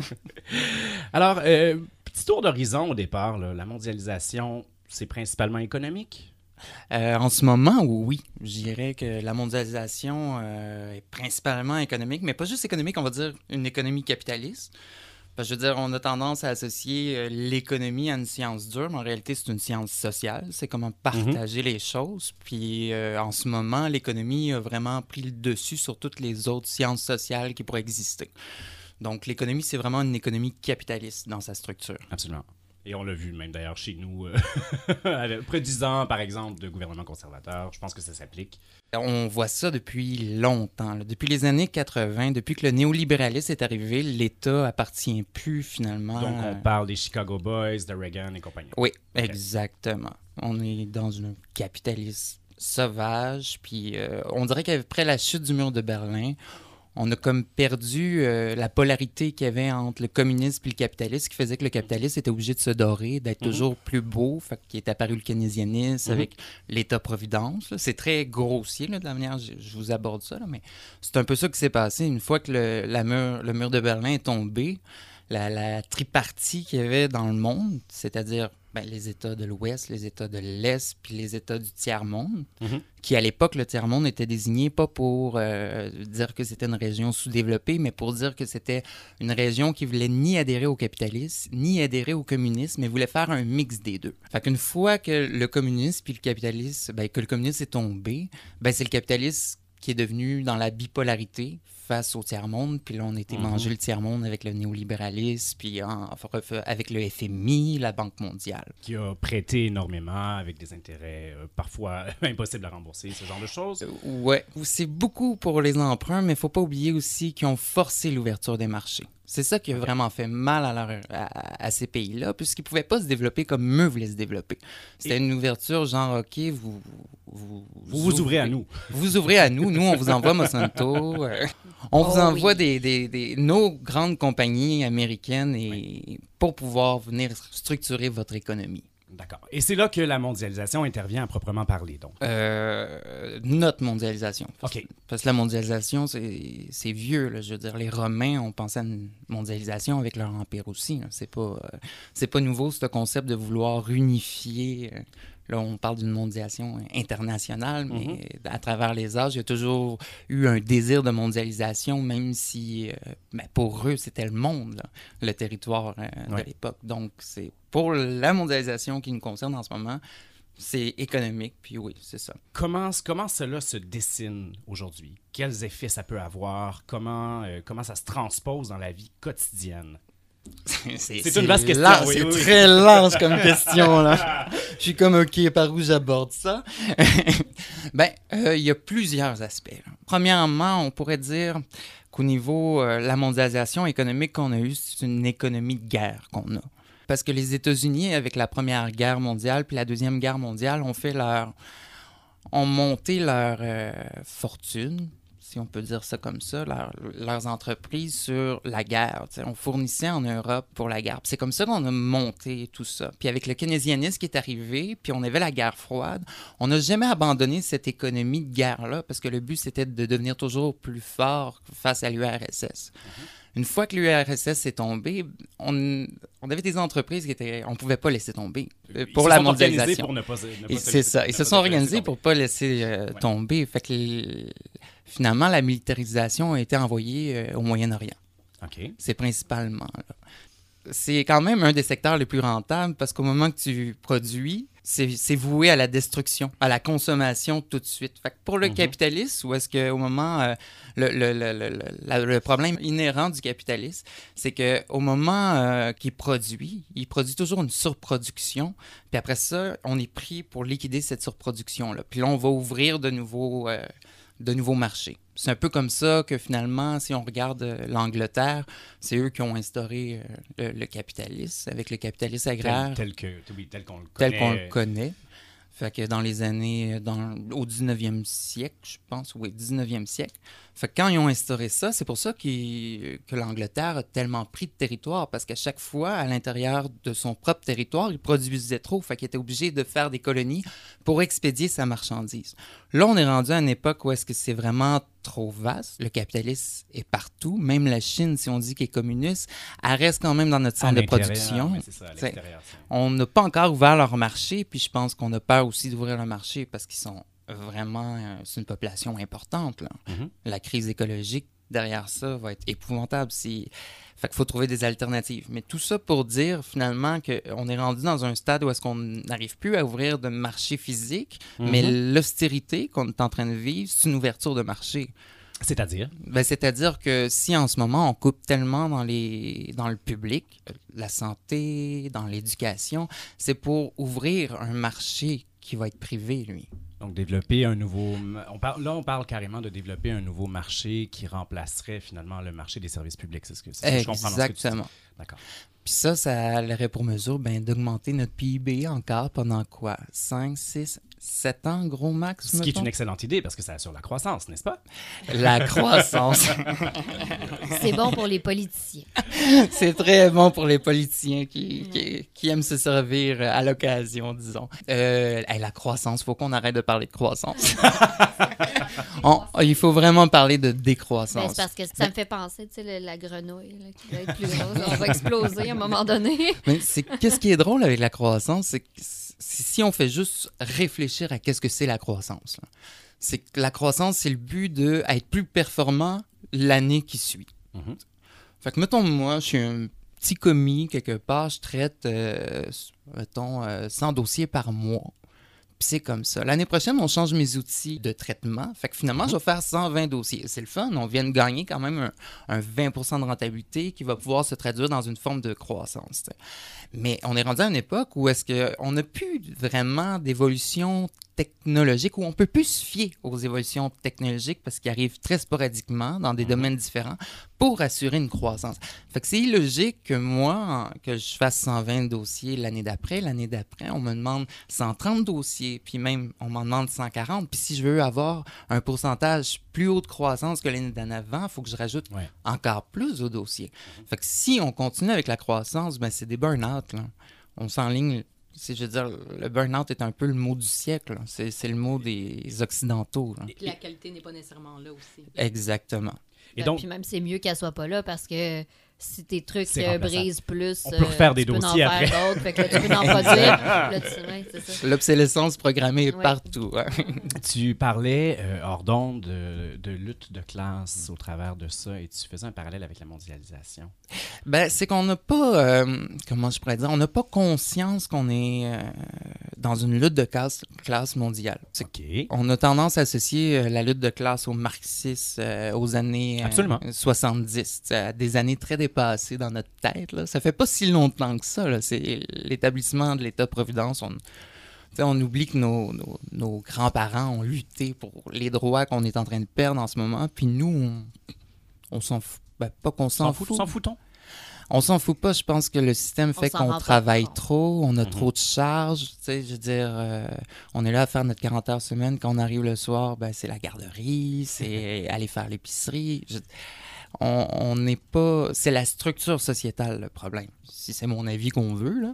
Alors, euh, petit tour d'horizon au départ, là. La mondialisation, c'est principalement économique? Euh, en ce moment, oui. Je dirais que la mondialisation euh, est principalement économique, mais pas juste économique, on va dire une économie capitaliste. Parce que je veux dire, on a tendance à associer euh, l'économie à une science dure, mais en réalité, c'est une science sociale. C'est comment partager mm-hmm. les choses. Puis euh, en ce moment, l'économie a vraiment pris le dessus sur toutes les autres sciences sociales qui pourraient exister. Donc l'économie, c'est vraiment une économie capitaliste dans sa structure. Absolument. Et on l'a vu même d'ailleurs chez nous, euh, près de dix ans, par exemple, de gouvernement conservateur. Je pense que ça s'applique. On voit ça depuis longtemps. Là. Depuis les années quatre-vingt, depuis que le néolibéralisme est arrivé, l'État appartient plus finalement. Donc on parle des Chicago Boys, de Reagan et compagnie. Oui, okay. Exactement. On est dans un capitalisme sauvage. Puis euh, on dirait qu'après la chute du mur de Berlin, on a comme perdu euh, la polarité qu'il y avait entre le communisme et le capitalisme, qui faisait que le capitalisme était obligé de se dorer, d'être mm-hmm. toujours plus beau. Fait qu'il est apparu le keynésianisme mm-hmm. avec l'État-providence. Là. C'est très grossier là, de la manière je, je vous aborde ça, là, mais c'est un peu ça qui s'est passé. Une fois que le, la mur, le mur de Berlin est tombé, la, la tripartie qu'il y avait dans le monde, c'est-à-dire ben, les États de l'Ouest, les États de l'Est, puis les États du tiers-monde, mm-hmm. qui à l'époque, le tiers-monde était désigné pas pour euh, dire que c'était une région sous-développée, mais pour dire que c'était une région qui voulait ni adhérer au capitalisme, ni adhérer au communisme, mais voulait faire un mix des deux. Fait qu'une fois que le communisme puis le capitalisme, ben, que le communisme est tombé, ben, c'est le capitalisme qui est devenu dans la bipolarité face au tiers-monde. Puis là, on a été mm-hmm. manger le tiers-monde avec le néolibéralisme, puis en, avec le F M I, la Banque mondiale. Qui a prêté énormément avec des intérêts euh, parfois impossibles à rembourser, ce genre de choses. Euh, ouais, c'est beaucoup pour les emprunts, mais il ne faut pas oublier aussi qu'ils ont forcé l'ouverture des marchés. C'est ça qui a vraiment fait mal à, leur, à, à ces pays-là, puisqu'ils ne pouvaient pas se développer comme eux voulaient se développer. C'était Et... une ouverture genre, OK, vous... Vous vous, vous ouvrez à nous. Vous ouvrez à nous. Nous, on vous envoie Monsanto. Euh, on oh, vous envoie oui. des, des, des, nos grandes compagnies américaines et, oui. pour pouvoir venir structurer votre économie. D'accord. Et c'est là que la mondialisation intervient à proprement parler, donc? Euh, notre mondialisation. Parce, OK. Parce que la mondialisation, c'est, c'est vieux. Là. Je veux dire, les Romains ont pensé à une mondialisation avec leur empire aussi. Là. C'est pas, euh, c'est pas nouveau, ce concept de vouloir unifier... Euh, Là, on parle d'une mondialisation internationale, mais mm-hmm. à travers les âges, il y a toujours eu un désir de mondialisation, même si euh, ben pour eux, c'était le monde, là, le territoire euh, ouais. de l'époque. Donc, c'est pour la mondialisation qui nous concerne en ce moment, c'est économique, puis oui, c'est ça. Comment, comment cela se dessine aujourd'hui? Quels effets ça peut avoir? Comment, euh, comment ça se transpose dans la vie quotidienne? C'est, c'est, c'est une vaste question. Large, oui, c'est oui. très large comme question, là. Je suis comme, OK, par où j'aborde ça? ben, euh, il y a plusieurs aspects. Là. Premièrement, on pourrait dire qu'au niveau de euh, la mondialisation économique qu'on a eue, c'est une économie de guerre qu'on a. Parce que les États-Unis, avec la Première Guerre mondiale puis la Deuxième Guerre mondiale, ont fait leur... ont monté leur euh, fortune, si on peut dire ça comme ça, leur- leurs entreprises sur la guerre. T'sais, on fournissait en Europe pour la guerre. Puis c'est comme ça qu'on a monté tout ça. Puis avec le keynésianisme qui est arrivé, puis on avait la guerre froide, on n'a jamais abandonné cette économie de guerre-là parce que le but, c'était de devenir toujours plus fort face à l'U R S S. Mm-hmm. Une fois que l'U R S S est tombé, on, on avait des entreprises qui étaient... On ne pouvait pas laisser tomber euh, pour Ils la se sont organisés mondialisation. pour ne pas se- ne pas Et se c'est laisser- ça. ne Ils se pas sont se laisser organisés tomber. pour ne pas laisser euh, Ouais. tomber. Fait que les- finalement, la militarisation a été envoyée euh, au Moyen-Orient. OK. C'est principalement là. C'est quand même un des secteurs les plus rentables parce qu'au moment que tu produis, c'est c'est voué à la destruction, à la consommation tout de suite. Fait que pour le Mhm. capitaliste, ou est-ce qu'au moment, euh, le, le, le, le, le- la- le problème inhérent du capitaliste, c'est qu'au moment euh, qu'il produit, il produit toujours une surproduction, puis après ça, on est pris pour liquider cette surproduction-là. Puis là, on va ouvrir de nouveaux, euh, de nouveaux marchés. C'est un peu comme ça que finalement, si on regarde euh, l'Angleterre, c'est eux qui ont instauré euh, le, le capitalisme, avec le capitalisme agraire. Tel, tel que, oui, tel qu'on le tel connaît. qu'on le connaît. Fait que dans les années, dans, au dix-neuvième siècle, je pense, oui, dix-neuvième siècle. Fait que quand ils ont instauré ça, c'est pour ça qu'ils- que l'Angleterre a tellement pris de territoire, parce qu'à chaque fois, à l'intérieur de son propre territoire, il produisait trop, fait qu'il était obligé de faire des colonies pour expédier sa marchandise. Là, on est rendu à une époque où est-ce que c'est vraiment trop vaste. Le capitalisme est partout. Même la Chine, si on dit qu'elle est communiste, elle reste quand même dans notre À centre de l'intérieur, production. oui, c'est ça, à T'sais, l'extérieur, c'est- on n'a pas encore ouvert leur marché, puis je pense qu'on a peur aussi d'ouvrir le marché parce qu'ils sont vraiment... euh, c'est une population importante, là. Mhm. La crise écologique, derrière ça, va être épouvantable. Si... Fait qu'il faut trouver des alternatives. Mais tout ça pour dire, finalement, qu'on est rendu dans un stade où est-ce qu'on n'arrive plus à ouvrir de marché physique, Mhm. mais l'austérité qu'on est en train de vivre, c'est une ouverture de marché. C'est-à-dire? Ben, c'est-à-dire que si en ce moment on coupe tellement dans, les, dans le public, euh, la santé, dans l'éducation, c'est pour ouvrir un marché qui va être privé, lui. Donc, développer un nouveau... On parle, là, on parle carrément de développer un nouveau marché qui remplacerait finalement le marché des services publics. C'est ce que, c'est ce que je comprends dans ce que tu dis. Exactement. D'accord. Puis ça, ça aurait pour mesure ben, d'augmenter notre P I B encore pendant quoi? cinq, six, sept ans, gros max, Ce qui est mettons? une excellente idée parce que ça assure la croissance, n'est-ce pas? La croissance. C'est bon pour les politiciens. C'est très bon pour les politiciens qui, qui, qui aiment se servir à l'occasion, disons. Euh, hey, la croissance, il faut qu'on arrête de parler de croissance. On- il faut vraiment parler de Ben, décroissance. c'est parce que ça me fait penser, tu sais, le- la grenouille là, qui va être plus grosse. On va exploser à un moment donné. Mais c'est, qu'est-ce qui est drôle avec la croissance, c'est que si si on fait juste réfléchir à qu'est-ce que c'est la croissance, là, c'est que la croissance, c'est le but d'être plus performant l'année qui suit. Mhm. Fait que, mettons, moi, je suis un petit commis quelque part, je traite, euh, mettons, euh, cent dossiers par mois. Puis c'est comme ça. L'année prochaine, on change mes outils de traitement. Fait que finalement, je vais faire cent vingt dossiers. C'est le fun. On vient de gagner quand même un, un vingt pour cent de rentabilité qui va pouvoir se traduire dans une forme de croissance. T'sais. Mais on est rendu à une époque où est-ce qu'on n'a plus vraiment d'évolution technologique, où on peut plus se fier aux évolutions technologiques parce qu'ils arrivent très sporadiquement dans des domaines différents pour assurer une croissance. Fait que c'est illogique que moi, que je fasse cent vingt dossiers l'année d'après. L'année d'après, on me demande cent trente dossiers, puis même on m'en demande cent quarante. Puis si je veux avoir un pourcentage plus haut de croissance que l'année d'en avant, il faut que je rajoute Ouais. encore plus au dossier. Fait que si on continue avec la croissance, ben c'est des burn-out, là. On s'enligne... C'est, je veux dire, le burn-out est un peu le mot du siècle. là. C'est, c'est le mot des Occidentaux. là. Puis la qualité n'est pas nécessairement là aussi. Exactement. Et Ben, donc, puis même, c'est mieux qu'elle soit pas là parce que si tes trucs C'est euh, remplaçable. brisent plus, On peut refaire euh, des tu peux dossiers en après. faire d'autres. Fait que là, tu peux en produire. Là, tu- ouais, c'est ça. L'obsolescence programmée est Ouais. partout. hein. tu parlais euh, hors d'onde de, de lutte de classe au travers de ça et tu faisais un parallèle avec la mondialisation. Ben, c'est qu'on n'a pas, euh, comment je pourrais dire, on n'a pas conscience qu'on est euh, dans une lutte de classe, classe mondiale. C'est OK. On a tendance à associer euh, la lutte de classe au marxisme euh, aux années euh, Absolument. soixante-dix, t'sais, à des années très dépassées dans notre tête. Là. Ça fait pas si longtemps que ça. Là. C'est l'établissement de l'État-providence. On, t'sais, on oublie que nos, nos, nos grands-parents ont lutté pour les droits qu'on est en train de perdre en ce moment. Puis nous, on, on s'en fout. Ben, pas qu'on s'en, S'en fout. fout, s'en foutons. On s'en fout pas. Je pense que le système fait qu'on travaille trop, on a Mm-hmm. trop de charges. Tu sais, je veux dire, euh, on est là à faire notre quarante heures semaine. Quand on arrive le soir, ben, c'est la garderie, c'est aller faire l'épicerie. Je... On n'est pas... C'est la structure sociétale, le problème. Si c'est mon avis qu'on veut, là.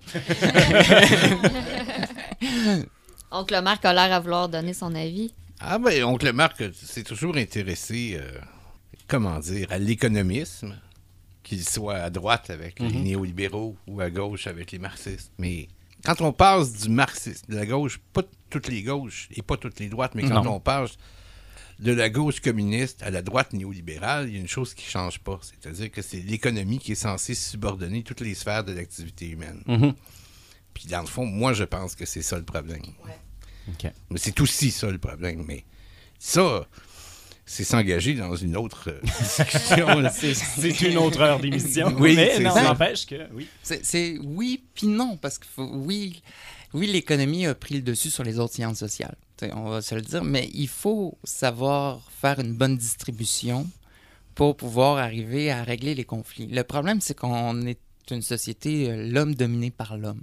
Oncle Marc a l'air à vouloir donner son avis. Ah ben, oncle Marc s'est toujours intéressé, euh, comment dire, à l'économisme, qu'il soit à droite avec les Mhm. néolibéraux ou à gauche avec les marxistes. Mais quand on passe du marxisme, de la gauche, pas toutes les gauches et pas toutes les droites, mais quand Non. on passe de la gauche communiste à la droite néolibérale, il y a une chose qui ne change pas. C'est-à-dire que c'est l'économie qui est censée subordonner toutes les sphères de l'activité humaine. Mhm. Puis dans le fond, moi, je pense que c'est ça le problème. OK. Mais c'est aussi ça le problème. Mais ça, c'est s'engager dans une autre euh, discussion. là. C'est- c'est une autre heure d'émission. Oui, mais c'est non, ça. n'empêche que, oui. C'est, c'est oui puis non, parce que faut, oui, oui, l'économie a pris le dessus sur les autres sciences sociales. T'sais, on va se le dire, mais il faut savoir faire une bonne distribution pour pouvoir arriver à régler les conflits. Le problème, c'est qu'on est une société, euh, l'homme dominé par l'homme.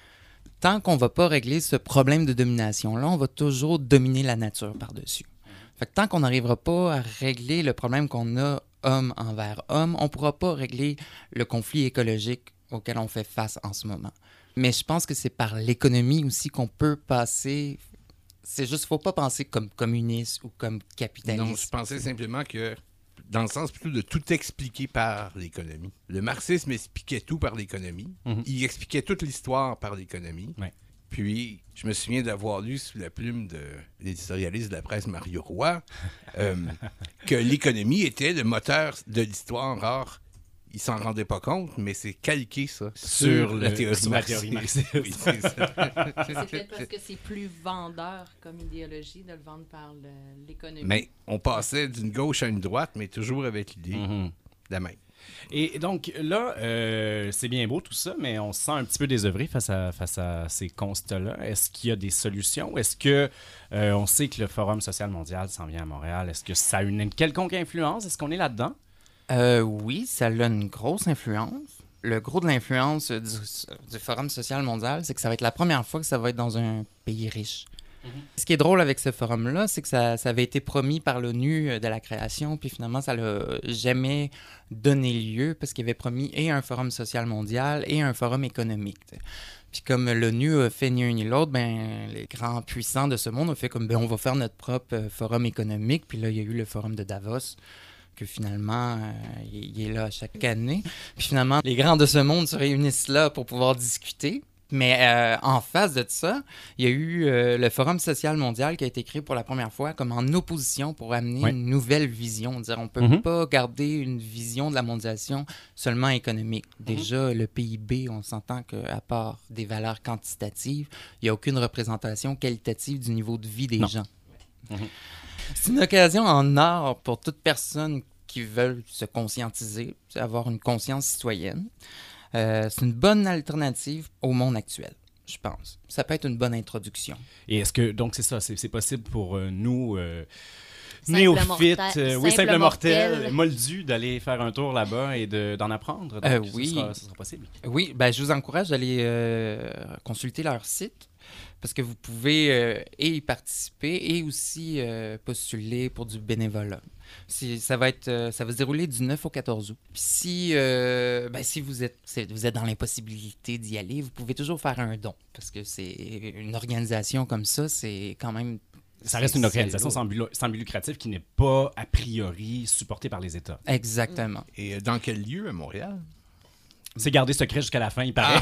Tant qu'on ne va pas régler ce problème de domination-là, on va toujours dominer la nature par-dessus. Fait que tant qu'on n'arrivera pas à régler le problème qu'on a homme envers homme, on ne pourra pas régler le conflit écologique auquel on fait face en ce moment. Mais je pense que c'est par l'économie aussi qu'on peut passer... C'est juste, faut pas penser comme communiste ou comme capitaliste. Non, je pensais simplement que, dans le sens plutôt de tout expliquer par l'économie. Le marxisme expliquait tout par l'économie. Mhm. Il expliquait toute l'histoire par l'économie. Ouais. Puis, je me souviens d'avoir lu sous la plume de l'éditorialiste de la presse, Mario Roy, euh, que l'économie était le moteur de l'histoire. Or, il s'en rendait pas compte, mais c'est calqué, ça, sur, la le- théorie sur la marxiste. théorie marxiste. Oui, c'est ça. C'est peut-être parce que c'est plus vendeur comme idéologie de le vendre par le- l'économie. Mais on passait d'une gauche à une droite, mais toujours avec l'idée Mhm. de la même. Et donc là, euh, c'est bien beau tout ça, mais on se sent un petit peu désœuvré face à, face à ces constats-là. Est-ce qu'il y a des solutions? Est-ce que euh, on sait que le Forum social mondial s'en vient à Montréal? Est-ce que ça a une quelconque influence? Est-ce qu'on est là-dedans? Euh, oui, ça a une grosse influence. Le gros de l'influence du, du Forum social mondial, c'est que ça va être la première fois que ça va être dans un pays riche. Ce qui est drôle avec ce forum-là, c'est que ça, ça avait été promis par l'ONU euh, de la création, puis finalement, ça l'a jamais donné lieu parce qu'il avait promis et un forum social mondial et un forum économique. T'sais. Puis comme l'ONU a fait ni un ni l'autre, ben, les grands puissants de ce monde ont fait comme, ben, on va faire notre propre euh, forum économique. Puis là, il y a eu le forum de Davos, que finalement, euh, il, il est là chaque année. Puis finalement, les grands de ce monde se réunissent là pour pouvoir discuter. Mais euh, en face de ça, il y a eu euh, le Forum social mondial qui a été créé pour la première fois comme en opposition pour amener Ouais. une nouvelle vision. Dire, on ne peut Mhm. pas garder une vision de la mondialisation seulement économique. Déjà, le P I B, on s'entend qu'à part des valeurs quantitatives, il n'y a aucune représentation qualitative du niveau de vie des Non. gens. Mhm. C'est une occasion en or pour toute personne qui veut se conscientiser, avoir une conscience citoyenne. Euh, c'est une bonne alternative au monde actuel, je pense. Ça peut être une bonne introduction. Et est-ce que, donc c'est ça, c'est, c'est possible pour euh, nous, euh, Simple néophytes, mortel- euh, oui, simple simple mortels, mortel. moldus, d'aller faire un tour là-bas et de, d'en apprendre? Donc, Euh, ce oui. sera, ce sera possible. Oui, ben, je vous encourage d'aller euh, consulter leur site parce que vous pouvez euh, et y participer et aussi euh, postuler pour du bénévolat. Si, ça, va être, euh, ça va se dérouler du neuf au quatorze août. Puis si, euh, ben, si vous, êtes, c'est- vous êtes dans l'impossibilité d'y aller, vous pouvez toujours faire un don parce que c'est une organisation comme ça, c'est quand même... Ça reste une c'est organisation lourd. sans but, sans but lucratif qui n'est pas, a priori, supportée par les États. Exactement. Et euh, dans quel lieu à Montréal? C'est gardé secret jusqu'à la fin, il paraît.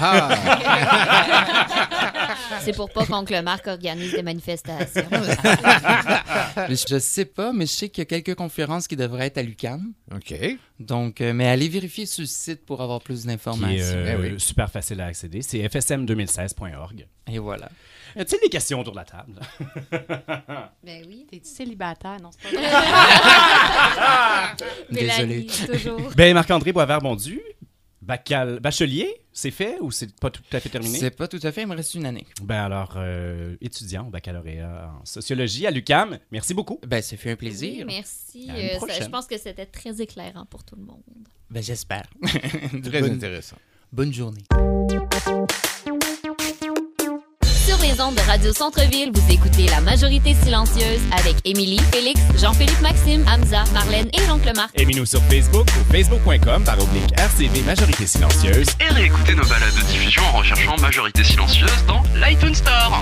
C'est pour pas qu'Oncle Marc organise des manifestations. Je sais pas, mais je sais qu'il y a quelques conférences qui devraient être à l'U Q A M. OK. Donc, euh, mais allez vérifier sur le site pour avoir plus Qui est d'informations. euh, Eh oui. super facile à accéder. C'est f s m deux mille seize point org. Et voilà. Y a-t-il des questions autour de la table? Ben oui. T'es-tu célibataire? Non, c'est pas vrai. Désolé. Mélanie, toujours. Ben, Marc-André Boisvert-Bondu, bacal... bachelier, c'est fait ou c'est pas tout à fait terminé? C'est pas tout à fait, il me reste une année. Ben alors, euh, étudiant au baccalauréat en sociologie à l'U Q A M, merci beaucoup. Ben, ça fait un plaisir. Oui, merci. À une Euh, ça- prochaine. je pense que c'était très éclairant pour tout le monde. Ben, j'espère. Très Bonne- intéressant. Bonne journée. Sur les ondes de Radio Centre-Ville, vous écoutez La Majorité silencieuse avec Émilie, Félix, Jean-Philippe Maxime, Hamza, Marlène et l'oncle Marc. Aimez-nous sur Facebook ou facebook point com par oblique R C V Majorité Silencieuse. Et réécoutez nos balades de diffusion en recherchant Majorité Silencieuse dans l'iTunes Store.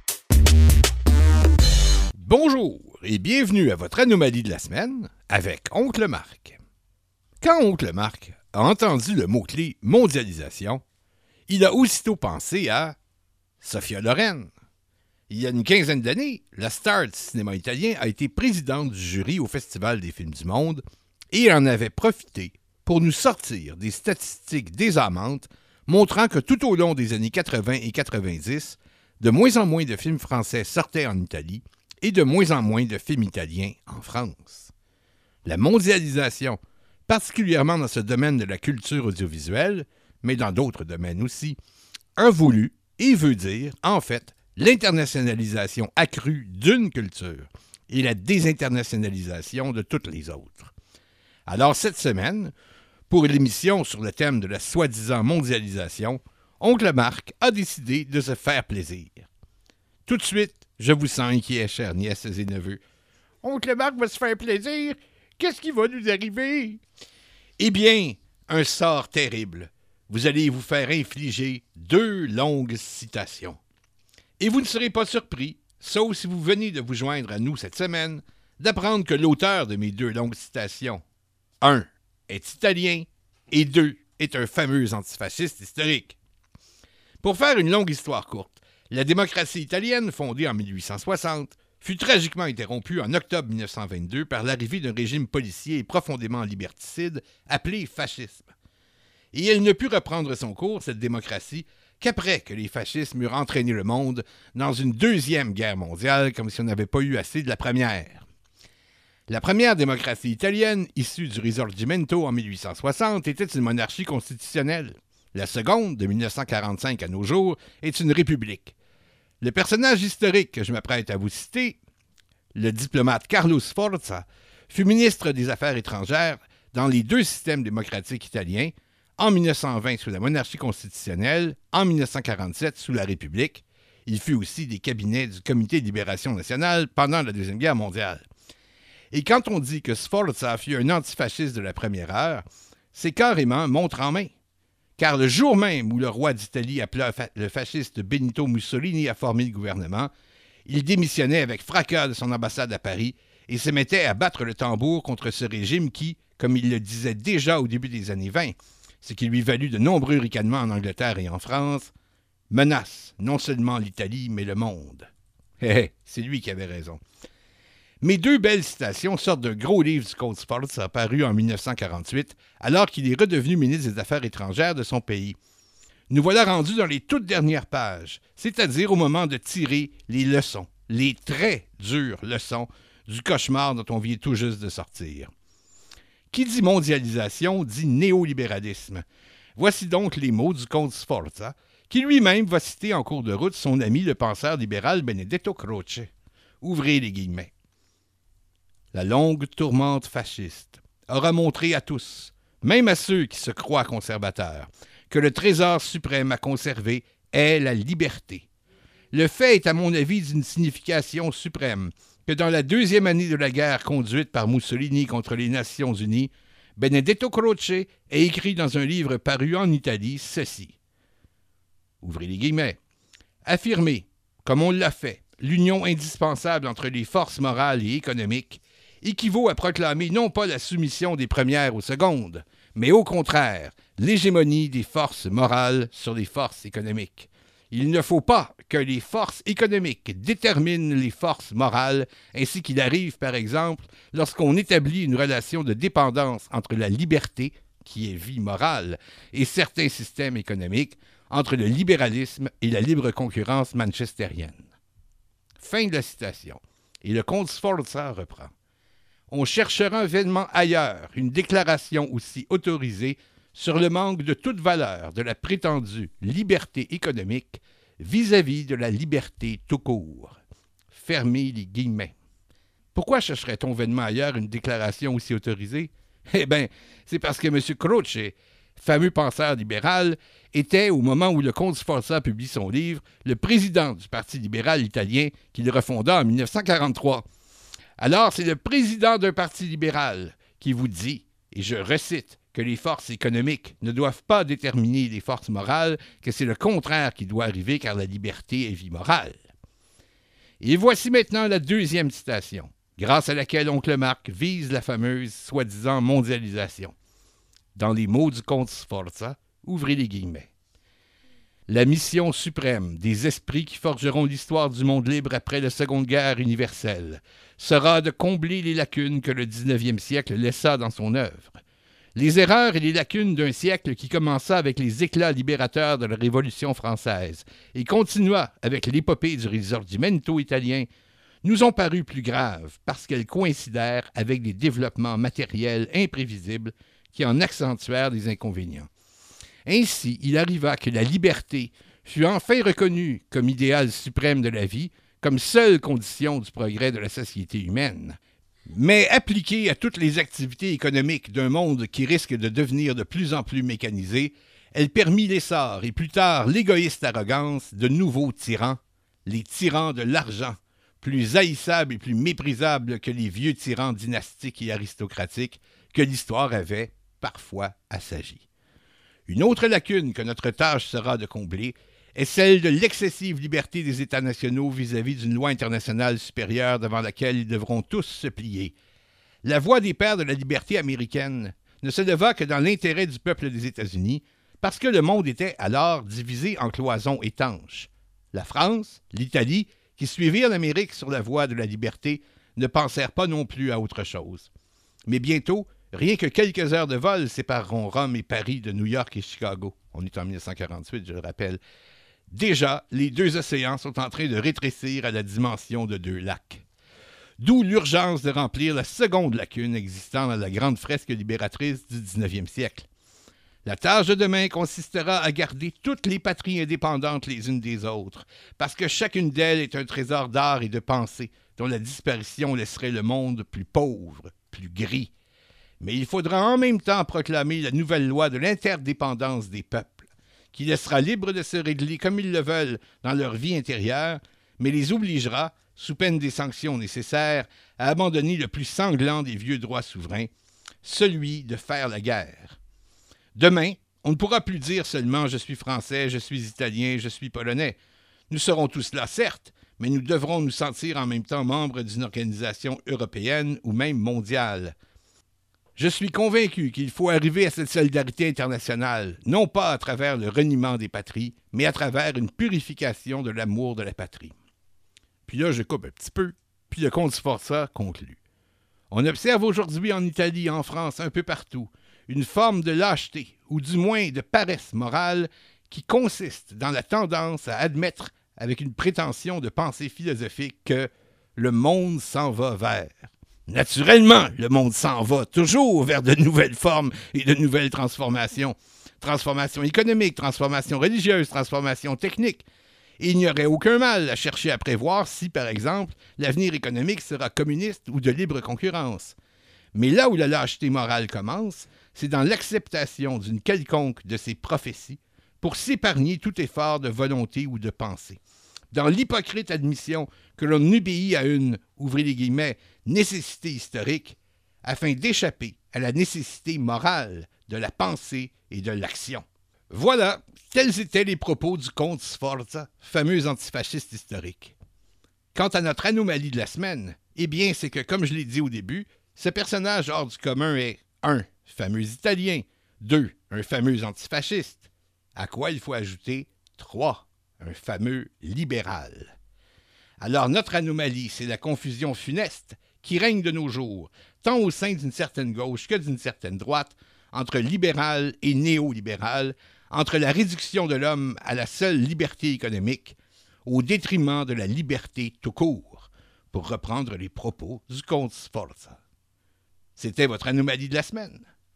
Bonjour et bienvenue à votre anomalie de la semaine avec Oncle Marc. Quand Oncle Marc a entendu le mot-clé mondialisation, il a aussitôt pensé à Sophia Loren. Il y a une quinzaine d'années, la star du cinéma italien a été présidente du jury au Festival des films du monde et en avait profité pour nous sortir des statistiques désarmantes montrant que tout au long des années quatre-vingts et quatre-vingt-dix, de moins en moins de films français sortaient en Italie et de moins en moins de films italiens en France. La mondialisation, particulièrement dans ce domaine de la culture audiovisuelle, mais dans d'autres domaines aussi, a voulu et veut dire, en fait, l'internationalisation accrue d'une culture et la désinternationalisation de toutes les autres. Alors cette semaine, pour l'émission sur le thème de la soi-disant mondialisation, Oncle Marc a décidé de se faire plaisir. Tout de suite, je vous sens inquiet, chères nièces et neveux. Oncle Marc va se faire plaisir? Qu'est-ce qui va nous arriver? Eh bien, un sort terrible. Vous allez vous faire infliger deux longues citations. Et vous ne serez pas surpris, sauf si vous venez de vous joindre à nous cette semaine, d'apprendre que l'auteur de mes deux longues citations, un, est italien et deux, est un fameux antifasciste historique. Pour faire une longue histoire courte, la démocratie italienne, fondée en mille huit cent soixante, fut tragiquement interrompue en octobre mille neuf cent vingt-deux par l'arrivée d'un régime policier profondément liberticide appelé fascisme. Et elle ne put reprendre son cours, cette démocratie, qu'après que les fascistes eurent entraîné le monde dans une deuxième guerre mondiale, comme si on n'avait pas eu assez de la première. La première démocratie italienne, issue du Risorgimento en mille huit cent soixante, était une monarchie constitutionnelle. La seconde, de mille neuf cent quarante-cinq à nos jours, est une république. Le personnage historique que je m'apprête à vous citer, le diplomate Carlo Sforza, fut ministre des Affaires étrangères dans les deux systèmes démocratiques italiens, en mille neuf cent vingt sous la monarchie constitutionnelle, en mille neuf cent quarante-sept sous la République. Il fut aussi des cabinets du Comité de libération nationale pendant la Deuxième Guerre mondiale. Et quand on dit que Sforza fut un antifasciste de la première heure, c'est carrément montre en main. Car le jour même où le roi d'Italie appela le fasciste Benito Mussolini à former le gouvernement, il démissionnait avec fracas de son ambassade à Paris et se mettait à battre le tambour contre ce régime qui, comme il le disait déjà au début des années vingt, ce qui lui valut de nombreux ricanements en Angleterre et en France, menace non seulement l'Italie, mais le monde. Hé hé, c'est lui qui avait raison. Mes deux belles citations sortent d'un gros livre du Code Sforza paru en mille neuf cent quarante-huit, alors qu'il est redevenu ministre des Affaires étrangères de son pays. Nous voilà rendus dans les toutes dernières pages, c'est-à-dire au moment de tirer les leçons, les très dures leçons du cauchemar dont on vient tout juste de sortir. Qui dit mondialisation dit néolibéralisme. Voici donc les mots du comte Sforza, qui lui-même va citer en cours de route son ami le penseur libéral Benedetto Croce. Ouvrez les guillemets. La longue tourmente fasciste aura montré à tous, même à ceux qui se croient conservateurs, que le trésor suprême à conserver est la liberté. Le fait est, à mon avis, d'une signification suprême, que dans la deuxième année de la guerre conduite par Mussolini contre les Nations Unies, Benedetto Croce a écrit dans un livre paru en Italie ceci. Ouvrez les guillemets. Affirmer, comme on l'a fait, l'union indispensable entre les forces morales et économiques équivaut à proclamer non pas la soumission des premières aux secondes, mais au contraire, l'hégémonie des forces morales sur les forces économiques. Il ne faut pas que les forces économiques déterminent les forces morales, ainsi qu'il arrive, par exemple, lorsqu'on établit une relation de dépendance entre la liberté, qui est vie morale, et certains systèmes économiques, entre le libéralisme et la libre concurrence manchestérienne. Fin de la citation. Et le comte Sforza reprend. On cherchera vainement ailleurs une déclaration aussi autorisée sur le manque de toute valeur de la prétendue liberté économique vis-à-vis de la liberté tout court. Fermez les guillemets. Pourquoi chercherait-on vainement ailleurs une déclaration aussi autorisée? Eh bien, c'est parce que M. Croce, fameux penseur libéral, était, au moment où le comte Sforza publie son livre, le président du Parti libéral italien qu'il refonda en mille neuf cent quarante-trois. Alors, c'est le président d'un parti libéral qui vous dit, et je recite, que les forces économiques ne doivent pas déterminer les forces morales, que c'est le contraire qui doit arriver car la liberté est vie morale. Et voici maintenant la deuxième citation, grâce à laquelle Oncle Marc vise la fameuse soi-disant mondialisation. Dans les mots du comte Sforza, ouvrez les guillemets. La mission suprême des esprits qui forgeront l'histoire du monde libre après la Seconde Guerre universelle sera de combler les lacunes que le dix-neuvième siècle laissa dans son œuvre. Les erreurs et les lacunes d'un siècle qui commença avec les éclats libérateurs de la Révolution française et continua avec l'épopée du Risorgimento italien nous ont paru plus graves parce qu'elles coïncidèrent avec des développements matériels imprévisibles qui en accentuèrent les inconvénients. Ainsi, il arriva que la liberté fut enfin reconnue comme idéal suprême de la vie, comme seule condition du progrès de la société humaine. Mais appliquée à toutes les activités économiques d'un monde qui risque de devenir de plus en plus mécanisé, elle permit l'essor et plus tard l'égoïste arrogance de nouveaux tyrans, les tyrans de l'argent, plus haïssables et plus méprisables que les vieux tyrans dynastiques et aristocratiques que l'histoire avait parfois assagie. Une autre lacune que notre tâche sera de combler est celle de l'excessive liberté des États nationaux vis-à-vis d'une loi internationale supérieure devant laquelle ils devront tous se plier. La voix des pères de la liberté américaine ne se leva que dans l'intérêt du peuple des États-Unis, parce que le monde était alors divisé en cloisons étanches. La France, l'Italie, qui suivirent l'Amérique sur la voie de la liberté, ne pensèrent pas non plus à autre chose. Mais bientôt, rien que quelques heures de vol sépareront Rome et Paris de New York et Chicago. On est en mille neuf cent quarante-huit, je le rappelle. Déjà, les deux océans sont en train de rétrécir à la dimension de deux lacs. D'où l'urgence de remplir la seconde lacune existant dans la grande fresque libératrice du dix-neuvième siècle. La tâche de demain consistera à garder toutes les patries indépendantes les unes des autres, parce que chacune d'elles est un trésor d'art et de pensée dont la disparition laisserait le monde plus pauvre, plus gris. Mais il faudra en même temps proclamer la nouvelle loi de l'interdépendance des peuples, qui laissera libres de se régler comme ils le veulent dans leur vie intérieure, mais les obligera, sous peine des sanctions nécessaires, à abandonner le plus sanglant des vieux droits souverains, celui de faire la guerre. Demain, on ne pourra plus dire seulement « je suis français, je suis italien, je suis polonais ». Nous serons tous là, certes, mais nous devrons nous sentir en même temps membres d'une organisation européenne ou même mondiale. Je suis convaincu qu'il faut arriver à cette solidarité internationale, non pas à travers le reniement des patries, mais à travers une purification de l'amour de la patrie. Puis là, je coupe un petit peu, puis le comte Sforza conclut. On observe aujourd'hui en Italie, en France, un peu partout, une forme de lâcheté, ou du moins de paresse morale, qui consiste dans la tendance à admettre, avec une prétention de pensée philosophique, que le monde s'en va vers. Naturellement, le monde s'en va toujours vers de nouvelles formes et de nouvelles transformations. Transformation économique, transformation religieuse, transformation technique. Et il n'y aurait aucun mal à chercher à prévoir si, par exemple, l'avenir économique sera communiste ou de libre concurrence. Mais là où la lâcheté morale commence, c'est dans l'acceptation d'une quelconque de ces prophéties pour s'épargner tout effort de volonté ou de pensée. Dans l'hypocrite admission que l'on obéit à une, ouvrez les guillemets, nécessité historique, afin d'échapper à la nécessité morale de la pensée et de l'action. Voilà, tels étaient les propos du comte Sforza, fameux antifasciste historique. Quant à notre anomalie de la semaine, eh bien, c'est que, comme je l'ai dit au début, ce personnage hors du commun est un fameux Italien, deux un fameux antifasciste, à quoi il faut ajouter trois un fameux libéral. Alors notre anomalie, c'est la confusion funeste qui règne de nos jours, tant au sein d'une certaine gauche que d'une certaine droite, entre libéral et néolibéral, entre la réduction de l'homme à la seule liberté économique, au détriment de la liberté tout court, pour reprendre les propos du comte Sforza. C'était votre anomalie de la semaine.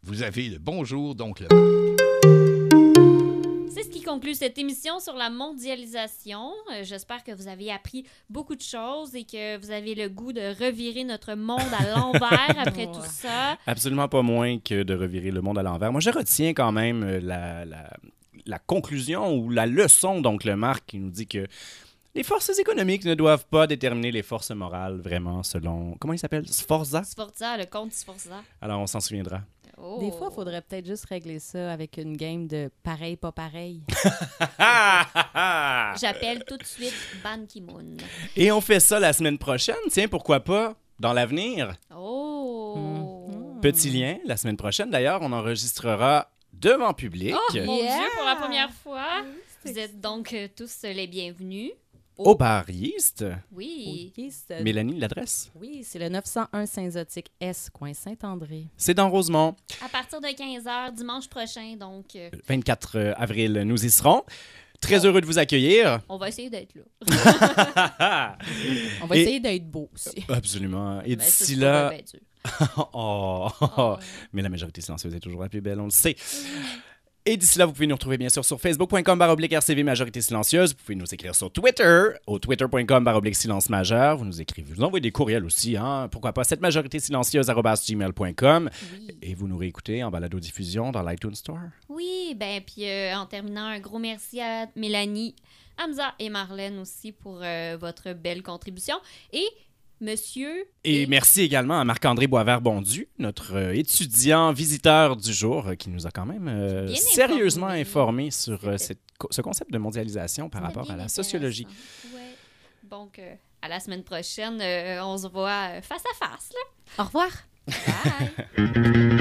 Vous avez le bonjour, donc le... C'est ce qui conclut cette émission sur la mondialisation. Euh, j'espère que vous avez appris beaucoup de choses et que vous avez le goût de revirer notre monde à l'envers après tout ça. Absolument pas moins que de revirer le monde à l'envers. Moi, je retiens quand même la, la, la conclusion ou la leçon d'Oncle Marc qui nous dit que les forces économiques ne doivent pas déterminer les forces morales, vraiment, selon... Comment il s'appelle? Sforza? Sforza, le comte Sforza. Alors, on s'en souviendra. Oh. Des fois, il faudrait peut-être juste régler ça avec une game de pareil, pas pareil. J'appelle tout de suite Ban Ki-moon. Et on fait ça la semaine prochaine. Tiens, pourquoi pas? Dans l'avenir. Oh! Mm-hmm. Petit lien. La semaine prochaine, d'ailleurs, on enregistrera devant public. Oh, mon Yeah! Dieu, pour la première fois. Vous êtes donc euh, tous les bienvenus. Au bar Yeast. Oui. Oui, c'est- Mélanie, l'adresse? Oui, c'est le neuf cent un Saint-Zotique S, coin Saint-André. C'est dans Rosemont. À partir de quinze heures, dimanche prochain, donc... euh, vingt-quatre avril, nous y serons. Très heureux de vous accueillir. on va essayer d'être là. On va Et- essayer d'être beau aussi. Absolument. Et Ben, ça, d'ici c'est là... pas bien dur. oh, Mais la majorité silencieuse est toujours la plus belle, on le sait. Et d'ici là, vous pouvez nous retrouver bien sûr sur facebook point com baroblique R C V Majorité Silencieuse. Vous pouvez nous écrire sur Twitter, au twitter point com baroblique Silence Majeur. Vous nous écrivez, vous envoyez des courriels aussi, hein? Pourquoi pas, cette majorité silencieuse arobase gmail point com. Oui. Et vous nous réécoutez en balado-diffusion dans l'iTunes Store. Oui, ben puis euh, en terminant, un gros merci à Mélanie, Hamza et Marlène aussi pour euh, votre belle contribution. Et monsieur... Et merci également à Marc-André Boisvert-Bondu, notre euh, étudiant visiteur du jour, euh, qui nous a quand même euh, Bien sérieusement informé. informé sur euh, cette co- ce concept de mondialisation par rapport à la sociologie. Ouais. Donc, euh, à la semaine prochaine, euh, on se voit euh, face à face. Là. Au revoir. Bye!